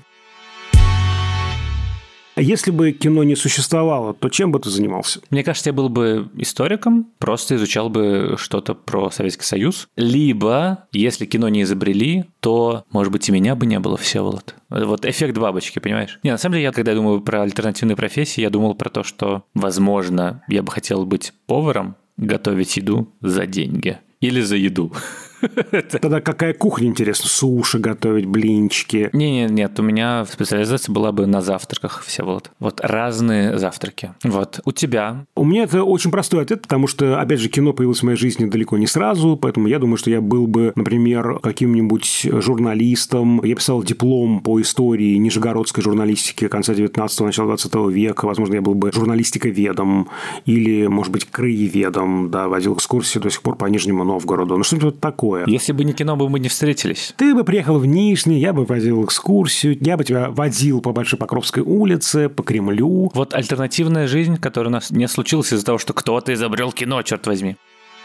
Если бы кино не существовало, то чем бы ты занимался? Мне кажется, я был бы историком, просто изучал бы что-то про Советский Союз. Либо, если кино не изобрели, то, может быть, и меня бы не было, Всеволод. Вот эффект бабочки, понимаешь? Не, на самом деле, когда я думаю про альтернативные профессии, я думал про то, что, возможно, я бы хотел быть поваром, готовить еду за деньги. Или за еду. Тогда какая кухня, интересно? Суши готовить, блинчики? Нет, у меня специализация была бы на завтраках, Всеволод. Вот разные завтраки. Вот. У тебя? У меня это очень простой ответ, потому что, опять же, кино появилось в моей жизни далеко не сразу, поэтому я думаю, что я был бы, например, каким-нибудь журналистом. Я писал диплом по истории нижегородской журналистики конца 19-го, начала 20 века. Возможно, я был бы журналистиковедом или, может быть, краеведом, да, водил экскурсии до сих пор по Нижнему Новгороду. Ну, что-нибудь такое. Если бы не кино, бы мы не встретились. Ты бы приехал в Нижний, я бы водил экскурсию, я бы тебя водил по Большой Покровской улице, по Кремлю. Вот альтернативная жизнь, которая у нас не случилась из-за того, что кто-то изобрел кино, черт возьми.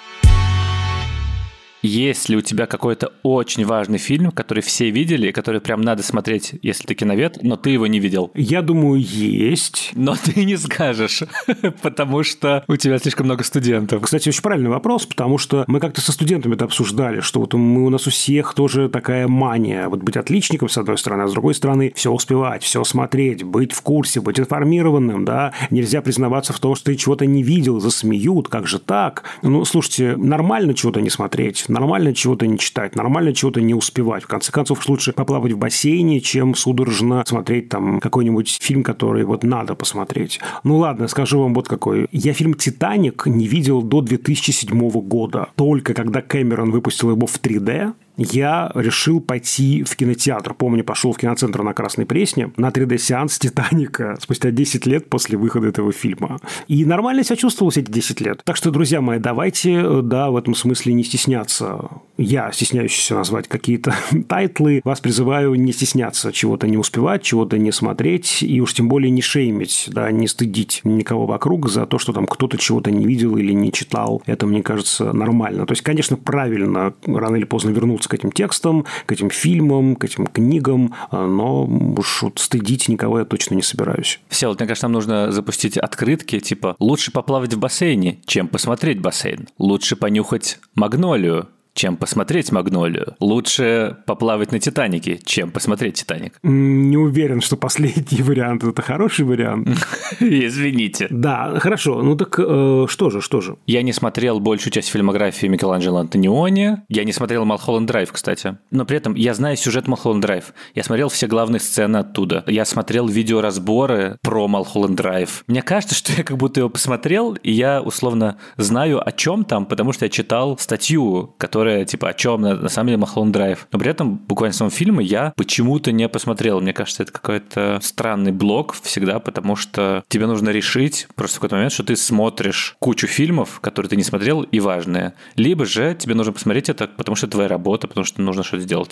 Есть ли у тебя какой-то очень важный фильм, который все видели, и который прям надо смотреть, если ты киновед, но ты его не видел? Я думаю, есть. Но ты не скажешь, потому что у тебя слишком много студентов. Кстати, очень правильный вопрос, потому что мы как-то со студентами это обсуждали, что вот у нас у всех тоже такая мания. Вот быть отличником, с одной стороны, а с другой стороны, все успевать, все смотреть, быть в курсе, быть информированным, да. Нельзя признаваться в том, что ты чего-то не видел, засмеют, как же так? Ну, слушайте, нормально чего-то не смотреть, нормально чего-то не читать, нормально чего-то не успевать. В конце концов, лучше поплавать в бассейне, чем судорожно смотреть там какой-нибудь фильм, который вот надо посмотреть. Ну ладно, скажу вам вот какой. Я фильм «Титаник» не видел до 2007 года. Только когда Кэмерон выпустил его в 3D, я решил пойти в кинотеатр. Помню, пошел в киноцентр на Красной Пресне на 3D-сеанс «Титаника» спустя 10 лет после выхода этого фильма. И нормально себя чувствовал все эти 10 лет. Так что, друзья мои, давайте, да, в этом смысле не стесняться. Я, стесняющийся назвать какие-то тайтлы, вас призываю не стесняться чего-то не успевать, чего-то не смотреть, и уж тем более не шеймить, да, не стыдить никого вокруг за то, что там кто-то чего-то не видел или не читал. Это, мне кажется, нормально. То есть, конечно, правильно рано или поздно вернуться к этим текстам, к этим фильмам, к этим книгам, но уж вот стыдить никого я точно не собираюсь. Все, вот мне кажется, нам нужно запустить открытки, типа «Лучше поплавать в бассейне, чем посмотреть бассейн». «Лучше понюхать магнолию, чем посмотреть «Магнолию». Лучше поплавать на «Титанике», чем посмотреть «Титаник». Не уверен, что последний вариант – это хороший вариант. Извините. Да, хорошо. Ну так что же? Я не смотрел большую часть фильмографии Микеланджело Антониони. Я не смотрел «Малхолланд Драйв», кстати. Но при этом я знаю сюжет «Малхолланд Драйв». Я смотрел все главные сцены оттуда. Я смотрел видеоразборы про «Малхолланд Драйв». Мне кажется, что я как будто его посмотрел, и я условно знаю, о чем там, потому что я читал статью, которая типа о чем на самом деле «Малхолланд Драйв». Но при этом буквально самого фильма я почему-то не посмотрел. Мне кажется, это какой-то странный блок всегда, потому что тебе нужно решить просто в какой-то момент, что ты смотришь кучу фильмов, которые ты не смотрел, и важные. Либо же тебе нужно посмотреть это, потому что это твоя работа, потому что нужно что-то сделать.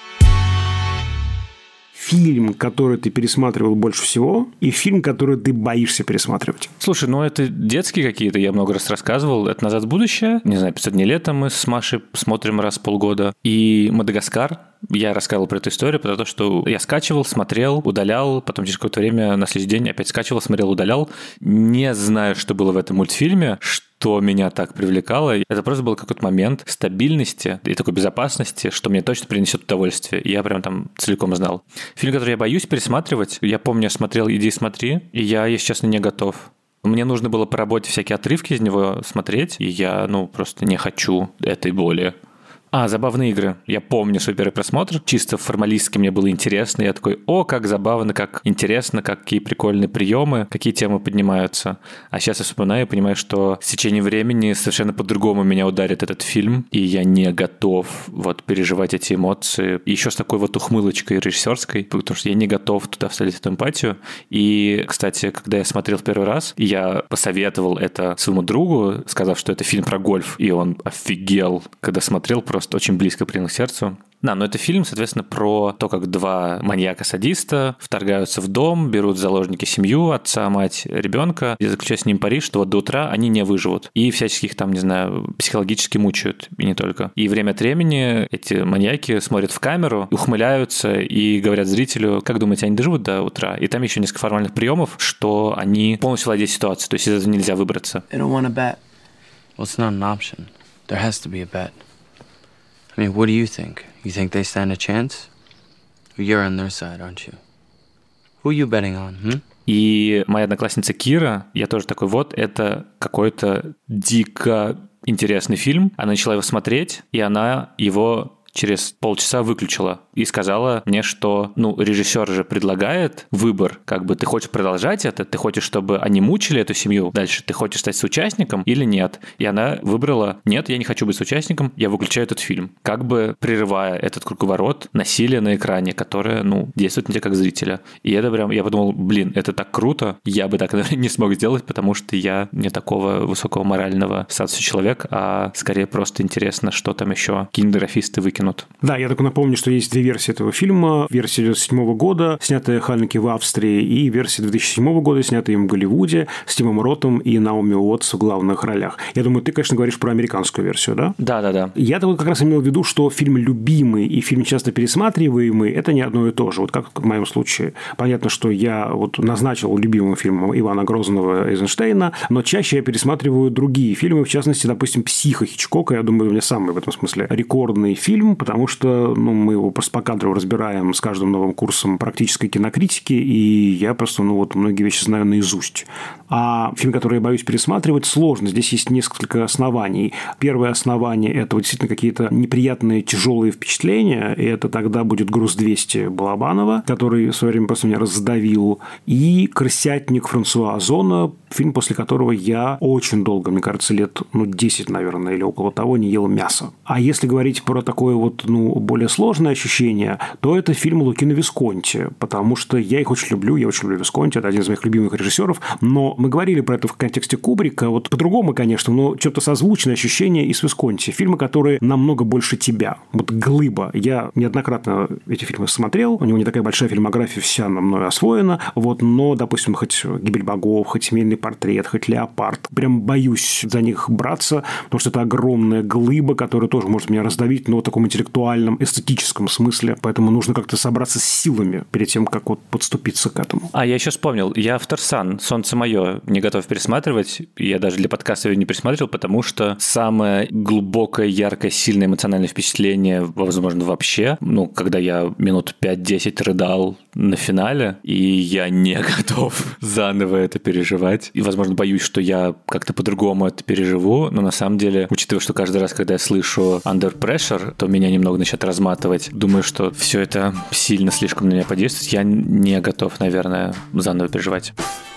Фильм, который ты пересматривал больше всего, и фильм, который ты боишься пересматривать? Слушай, ну это детские какие-то, я много раз рассказывал. Это «Назад в будущее». Не знаю, «500 дней лета» мы с Машей смотрим раз в полгода. И «Мадагаскар». Я рассказывал про эту историю, про то, что я скачивал, смотрел, удалял, потом через какое-то время на следующий день опять скачивал, смотрел, удалял. Не знаю, что было в этом мультфильме, что меня так привлекало. Это просто был какой-то момент стабильности и такой безопасности, что мне точно принесет удовольствие. И я прям там целиком знал. Фильм, который я боюсь пересматривать, я помню, я смотрел «Иди смотри», и я, если честно, не готов. Мне нужно было по работе всякие отрывки из него смотреть, и я, просто не хочу этой боли. «Забавные игры». Я помню свой первый просмотр. Чисто формалистски мне было интересно. Я такой, как забавно, как интересно, какие прикольные приемы, какие темы поднимаются. А сейчас я вспоминаю и понимаю, что с течением времени совершенно по-другому меня ударит этот фильм, и я не готов переживать эти эмоции. И еще с такой ухмылочкой режиссерской, потому что я не готов туда вставить эту эмпатию. И, кстати, когда я смотрел в первый раз, я посоветовал это своему другу, сказав, что это фильм про гольф, и он офигел, когда смотрел, просто очень близко принял к сердцу. Да, но это фильм, соответственно, про то, как два маньяка-садиста вторгаются в дом, берут в заложники семью, отца, мать, ребенка, и заключают с ним пари, что до утра они не выживут. И всячески их психологически мучают, и не только. И время от времени эти маньяки смотрят в камеру, ухмыляются и говорят зрителю, как думаете, они доживут до утра? И там еще несколько формальных приемов, что они полностью владеют ситуацией, то есть из этого нельзя выбраться. It's not an option. There has to be a bet. I mean, what do you think? You think they stand a chance? You're on their side, aren't you? Who are you betting on, И моя одноклассница Кира, я тоже такой, это какой-то дико интересный фильм. Она начала его смотреть, и она его через полчаса выключила и сказала мне, что, режиссер же предлагает выбор, ты хочешь продолжать это, ты хочешь, чтобы они мучили эту семью дальше, ты хочешь стать соучастником или нет. И она выбрала, нет, я не хочу быть соучастником, я выключаю этот фильм, прерывая этот круговорот насилия на экране, которое, действует на тебя как зрителя. И это прям, я подумал, это так круто, я бы так, наверное, не смог сделать, потому что я не такого высокого морального статуса человек, а скорее просто интересно, что там еще кинематографисты выкинут. Да, я только напомню, что есть две версии этого фильма. Версия 1997 года, снятая Ханеке в Австрии, и версия 2007 года, снятая им в Голливуде, с Тимом Ротом и Наоми Уотс в главных ролях. Я думаю, ты, конечно, говоришь про американскую версию, да? Да. Я-то как раз имел в виду, что фильм любимый и фильм часто пересматриваемый – это не одно и то же. Как в моем случае. Понятно, что я назначил любимым фильмом Ивана Грозного Эйзенштейна, но чаще я пересматриваю другие фильмы, в частности, допустим, «Психо» Хичкока. Я думаю, у меня самый в этом смысле рекордный фильм, потому что мы его просто покадрово разбираем с каждым новым курсом практической кинокритики, и я просто многие вещи знаю наизусть. А фильм, который я боюсь пересматривать, сложно. Здесь есть несколько оснований. Первое основание – это действительно какие-то неприятные, тяжелые впечатления, и это тогда будет «Груз-200» Балабанова, который в свое время просто меня раздавил, и «Крысятник» Франсуа Озона, фильм, после которого я очень долго, мне кажется, лет 10, наверное, или около того, не ел мясо. А если говорить про такое более сложное ощущение, то это фильм Лукино Висконти, потому что я их очень люблю Висконти, это один из моих любимых режиссеров, но мы говорили про это в контексте Кубрика, по-другому, конечно, но что-то созвучное ощущение и с Висконти. Фильмы, которые намного больше тебя. «Глыба». Я неоднократно эти фильмы смотрел, у него не такая большая фильмография, вся мною освоена, но, допустим, хоть «Гибель богов», хоть «Семейный портрет», хоть «Леопард», прям боюсь за них браться, потому что это огромная глыба, которая тоже может меня раздавить, но в таком интеллектуальном, эстетическом смысле, поэтому нужно как-то собраться с силами перед тем, как подступиться к этому. Я еще вспомнил, я «Автор Сан», «Солнце мое» не готов пересматривать, я даже для подкаста ее не пересматривал, потому что самое глубокое, яркое, сильное эмоциональное впечатление, возможно, вообще, когда я минут 5-10 рыдал на финале, и я не готов заново это переживать, и, возможно, боюсь, что я как-то по-другому это переживу, но на самом деле, учитывая, что каждый раз, когда я слышу «Under Pressure», то меня немного начинает разматывать. Думаю, что все это сильно слишком на меня подействует. Я не готов, наверное, заново переживать.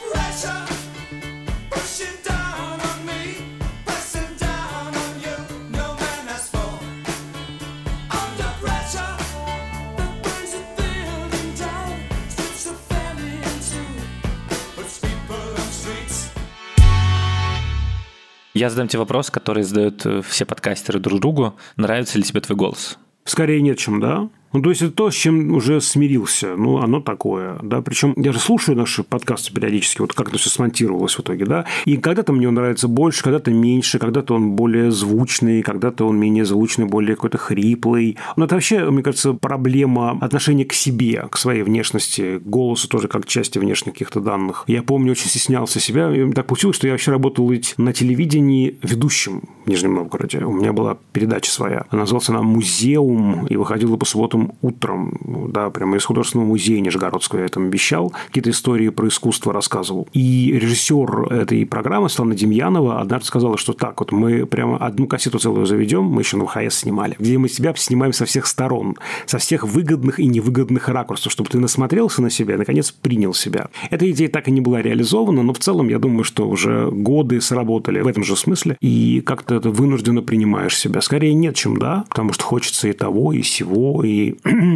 Я задам тебе вопрос, который задают все подкастеры друг другу. Нравится ли тебе твой голос? Скорее нет, чем да. То есть, это то, с чем уже смирился. Оно такое, да. Причем я же слушаю наши подкасты периодически, как это все смонтировалось в итоге, да. И когда-то мне он нравится больше, когда-то меньше, когда-то он более звучный, когда-то он менее звучный, более какой-то хриплый. Но это вообще, мне кажется, проблема отношения к себе, к своей внешности, к голосу тоже как части внешних каких-то данных. Я помню, очень стеснялся себя. И так получилось, что я вообще работал ведь на телевидении ведущим в Нижнем Новгороде. У меня была передача своя. Она называлась «Музеум» и выходила по субботам субботним утром, да, прямо из художественного музея Нижегородского я там вещал, какие-то истории про искусство рассказывал. И режиссер этой программы, Светлана Демьянова, однажды сказала, что так вот, мы прямо одну кассету целую заведем, мы еще на ВХС снимали, где мы себя снимаем со всех сторон, со всех выгодных и невыгодных ракурсов, чтобы ты насмотрелся на себя и, наконец, принял себя. Эта идея так и не была реализована, но в целом я думаю, что уже годы сработали в этом же смысле, и как-то это вынужденно принимаешь себя. Скорее нет, чем да, потому что хочется и того, и сего, и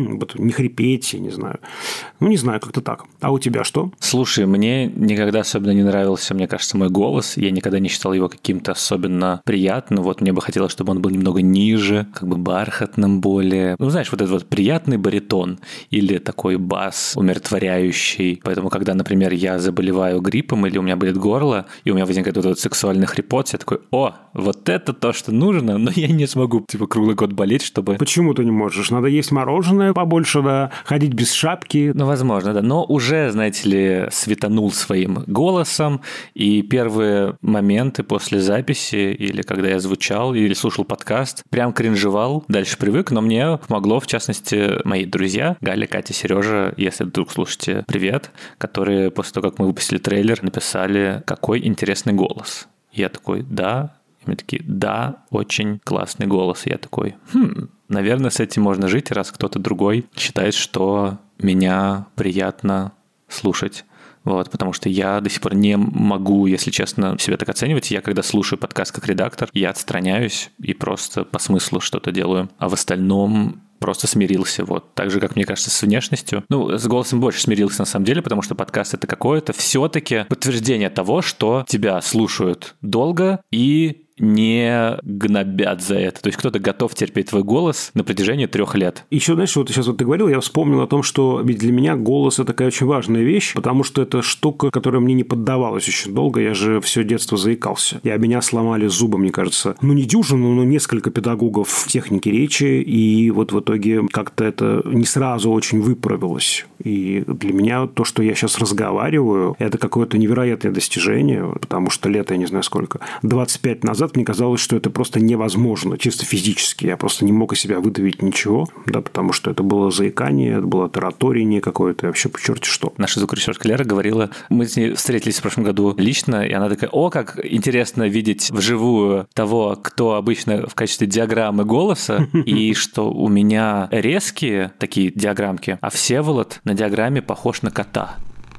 не хрипеть, я не знаю. Ну, не знаю, как-то так. А у тебя что? Слушай, мне никогда особенно не нравился, мне кажется, мой голос. Я никогда не считал его каким-то особенно приятным. Вот мне бы хотелось, чтобы он был немного ниже, как бы бархатным более. Ну, знаешь, вот этот вот приятный баритон или такой бас умиротворяющий. Поэтому, когда, например, я заболеваю гриппом или у меня болит горло, и у меня возникает вот этот сексуальный хрипот, я такой: о, вот это то, что нужно, но я не смогу, типа, круглый год болеть, чтобы... Почему ты не можешь? Надо есть мороженое побольше, да, ходить без шапки. Ну, возможно, да. Но уже, знаете ли, светанул своим голосом, и первые моменты после записи, или когда я звучал, или слушал подкаст, прям кринжевал, дальше привык, но мне помогло, в частности, мои друзья, Галя, Катя, Сережа, если вдруг слушаете, привет, которые после того, как мы выпустили трейлер, написали: какой интересный голос. Я такой: да. И мне такие: да, очень классный голос. И я такой: наверное, с этим можно жить, раз кто-то другой считает, что меня приятно слушать. Вот, потому что я до сих пор не могу, если честно, себя так оценивать. Я, когда слушаю подкаст как редактор, я отстраняюсь и просто по смыслу что-то делаю. А в остальном просто смирился. Вот. Так же, как, мне кажется, с внешностью. Ну, с голосом больше смирился на самом деле, потому что подкаст — это какое-то все-таки подтверждение того, что тебя слушают долго и не гнобят за это. То есть кто-то готов терпеть твой голос на протяжении 3 лет. Еще, знаешь, вот сейчас вот ты говорил, я вспомнил о том, что ведь для меня голос – это такая очень важная вещь, потому что это штука, которая мне не поддавалась очень долго. Я же все детство заикался. И меня сломали зубы, мне кажется. Ну, не дюжину, но несколько педагогов техники речи. И вот в итоге как-то это не сразу очень выправилось. И для меня то, что я сейчас разговариваю, это какое-то невероятное достижение, потому что лет, я не знаю сколько, 25 назад мне казалось, что это просто невозможно, чисто физически. Я просто не мог из себя выдавить ничего, да, потому что это было заикание, это было тараторение какое-то, вообще по черти что. Наша звукорежиссерка Лера говорила, мы с ней встретились в прошлом году лично, и она такая: о, как интересно видеть вживую того, кто обычно в качестве диаграммы голоса, и что у меня резкие такие диаграммки, а Всеволод на диаграмме похож на кота.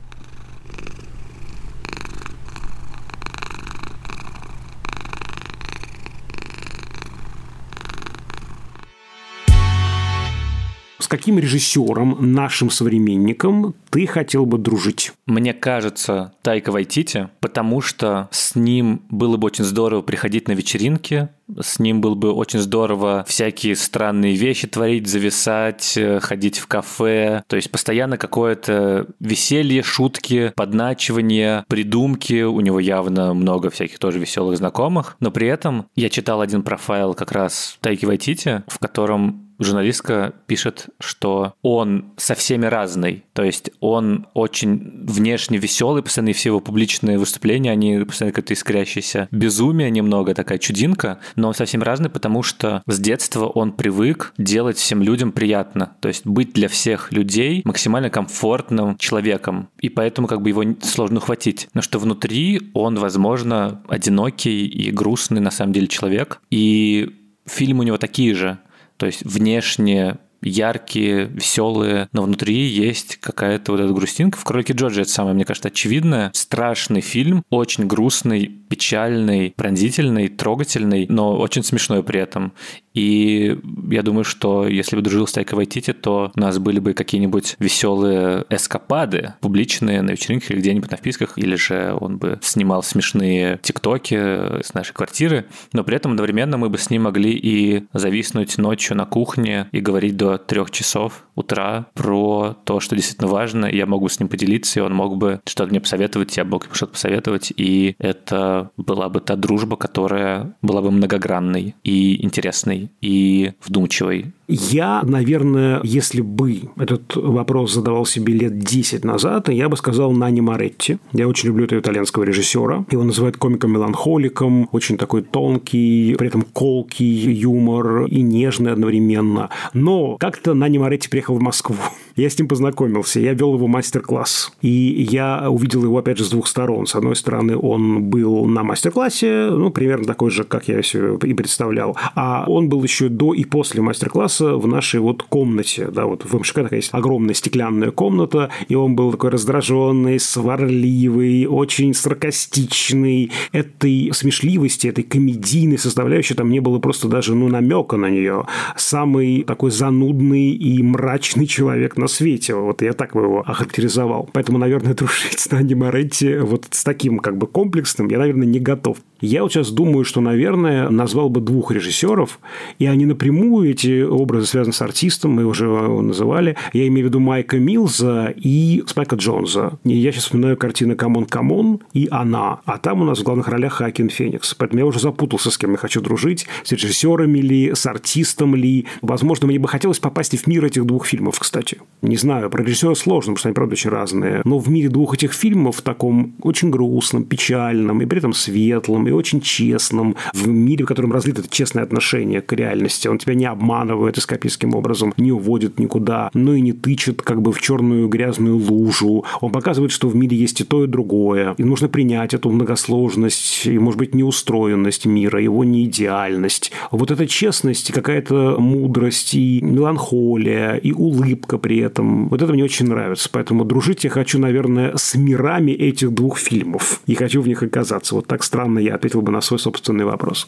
С каким режиссером, нашим современником, ты хотел бы дружить? Мне кажется, Тайка Вайтити, потому что с ним было бы очень здорово приходить на вечеринки, с ним было бы очень здорово всякие странные вещи творить, зависать, ходить в кафе. То есть постоянно какое-то веселье, шутки, подначивание, придумки. У него явно много всяких тоже веселых знакомых. Но при этом я читал один профайл как раз Тайки Вайтити, в котором журналистка пишет, что он со всеми разный. То есть он очень внешне веселый, постоянно все его публичные выступления, они постоянно как-то искрящиеся. Безумие немного, такая чудинка, но он совсем разный, потому что с детства он привык делать всем людям приятно. То есть быть для всех людей максимально комфортным человеком. И поэтому как бы его сложно ухватить. Но что внутри он, возможно, одинокий и грустный на самом деле человек. И фильмы у него такие же. То есть внешне яркие, веселые, но внутри есть какая-то вот эта грустинка. В «Кролике Джорджи» это самое, мне кажется, очевидное. Страшный фильм, очень грустный, печальный, пронзительный, трогательный, но очень смешной при этом. И я думаю, что если бы дружил с Тайкой Вайтити, то у нас были бы какие-нибудь веселые эскапады публичные на вечеринках или где-нибудь на вписках, или же он бы снимал смешные тиктоки с нашей квартиры, но при этом одновременно мы бы с ним могли и зависнуть ночью на кухне и говорить до 3 часов утра про то, что действительно важно, и я мог бы с ним поделиться, и он мог бы что-то мне посоветовать, я мог ему что-то посоветовать, и это была бы та дружба, которая была бы многогранной и интересной. сложной и вдумчивой? Я, наверное, если бы этот вопрос задавал себе лет 10 назад, я бы сказал Нанни Моретти. Я очень люблю этого итальянского режиссера. Его называют комиком-меланхоликом. Очень такой тонкий, при этом колкий юмор и нежный одновременно. Но как-то Нанни Моретти приехал в Москву. Я с ним познакомился. Я вел его мастер-класс. И я увидел его, опять же, с двух сторон. С одной стороны, он был на мастер-классе, примерно такой же, как я себе и представлял. А он был еще до и после мастер-класса в нашей комнате. Да, в МШК такая есть огромная стеклянная комната, и он был такой раздраженный, сварливый, очень саркастичный. Этой смешливости, этой комедийной составляющей там не было просто даже намека на нее. Самый такой занудный и мрачный человек на свете. Я так бы его охарактеризовал. Поэтому, наверное, дружить с Нанни Моретти с таким комплексным я, наверное, не готов. Я сейчас думаю, что, наверное, назвал бы двух режиссеров, и они напрямую, эти образы связаны с артистом, мы уже его называли. Я имею в виду Майка Милза и Спайка Джонса. И я сейчас вспоминаю картины «Камон, камон» и «Она». А там у нас в главных ролях Хоакин Феникс. Поэтому я уже запутался, с кем я хочу дружить. С режиссерами ли, с артистом ли. Возможно, мне бы хотелось попасть в мир этих двух фильмов, кстати. Не знаю, про режиссера сложно, потому что они, правда, очень разные. Но в мире двух этих фильмов, в таком очень грустном, печальном и при этом светлом, и очень честном, в мире, в котором разлито это честное отношение к реальности. Он тебя не обманывает эскапистским образом, не уводит никуда, но и не тычет в черную грязную лужу. Он показывает, что в мире есть и то, и другое. И нужно принять эту многосложность и, может быть, неустроенность мира, его неидеальность. Эта честность, какая-то мудрость и меланхолия, и улыбка при этом. Это мне очень нравится. Поэтому дружить я хочу, наверное, с мирами этих двух фильмов. И хочу в них оказаться. Так странно я ответил бы на свой собственный вопрос.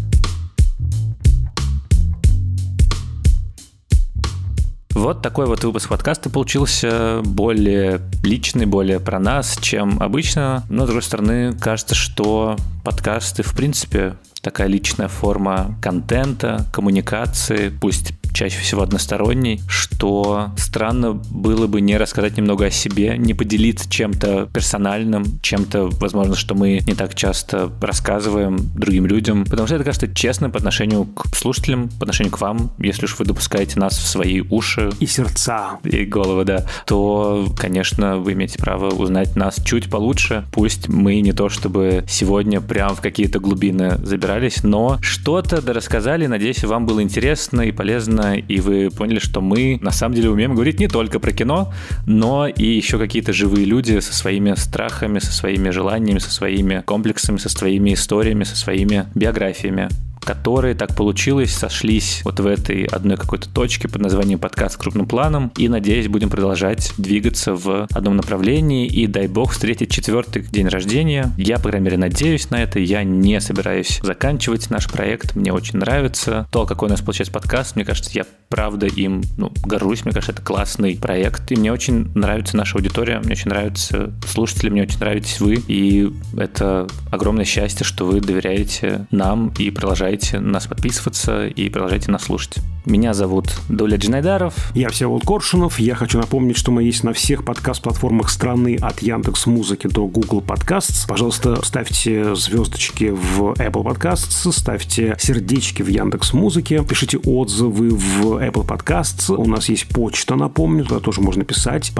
Такой выпуск подкаста получился более личный, более про нас, чем обычно. Но, с другой стороны, кажется, что подкасты, в принципе, такая личная форма контента, коммуникации, пусть чаще всего односторонний, что странно было бы не рассказать немного о себе, не поделиться чем-то персональным, чем-то, возможно, что мы не так часто рассказываем другим людям, потому что это кажется честным по отношению к слушателям, по отношению к вам, если уж вы допускаете нас в свои уши. И сердца. И головы, да. То, конечно, вы имеете право узнать нас чуть получше. Пусть мы не то чтобы сегодня прям в какие-то глубины забирались, но что-то рассказали. Надеюсь, вам было интересно и полезно, и вы поняли, что мы на самом деле умеем говорить не только про кино, но и еще какие-то живые люди со своими страхами, со своими желаниями, со своими комплексами, со своими историями, со своими биографиями, которые, так получилось, сошлись в этой одной какой-то точке под названием «Подкаст крупным планом». И, надеюсь, будем продолжать двигаться в одном направлении. И, дай бог, встретить 4-й день рождения. Я, по крайней мере, надеюсь на это. Я не собираюсь заканчивать наш проект. Мне очень нравится то, какой у нас получается подкаст. Мне кажется, я правда им горжусь. Мне кажется, это классный проект. И мне очень нравится наша аудитория. Мне очень нравятся слушатели. Мне очень нравитесь вы. И это огромное счастье, что вы доверяете нам и продолжаете нас подписываться и продолжайте нас слушать. Меня зовут Даулет Джинайдаров. Я Всеволод Коршунов. Я хочу напомнить, что мы есть на всех подкаст-платформах страны от Яндекс.Музыки до Google Podcasts. Пожалуйста, ставьте звездочки в Apple Podcasts, ставьте сердечки в Яндекс.Музыке, пишите отзывы в Apple Podcasts. У нас есть почта, напомню, туда тоже можно писать.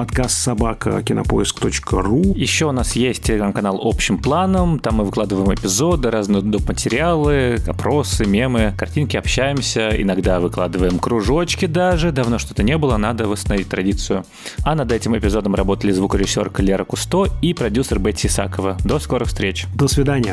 Подкаст@кинопоиск.ру. Еще у нас есть телеграм-канал «Общим планом». Там мы выкладываем эпизоды, разные доп. Материалы, опросы, мемы, картинки, общаемся. Иногда выкладываем кружочки даже. Давно что-то не было, надо восстановить традицию. А над этим эпизодом работали звукорежиссерка Лера Кусто и продюсер Бетти Исакова. До скорых встреч. До свидания.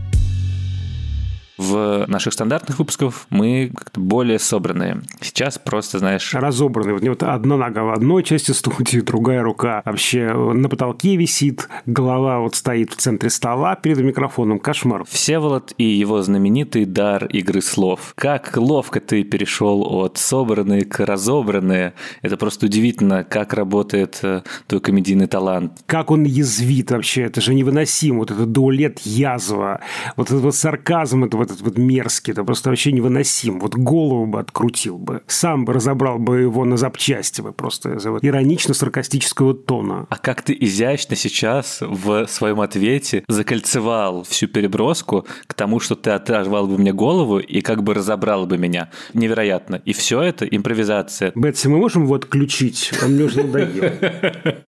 В наших стандартных выпусках мы как-то более собранные. Сейчас просто, знаешь... Разобранные. Одна нога в одной части студии, другая рука вообще на потолке висит, голова стоит в центре стола перед микрофоном. Кошмар. Всеволод и его знаменитый дар игры слов. Как ловко ты перешел от собранные к разобранные. Это просто удивительно, как работает твой комедийный талант. Как он язвит вообще. Это же невыносимо. Это Даулет язва. Этот сарказм этого этот вот мерзкий, это просто вообще невыносим. Вот голову бы открутил бы. Сам бы разобрал бы его на запчасти бы просто из-за вот иронично-саркастического тона. А как ты изящно сейчас в своем ответе закольцевал всю переброску к тому, что ты оторвал бы мне голову и как бы разобрал бы меня. Невероятно. И все это импровизация. Бетси, мы можем его отключить? Он мне уже надоел.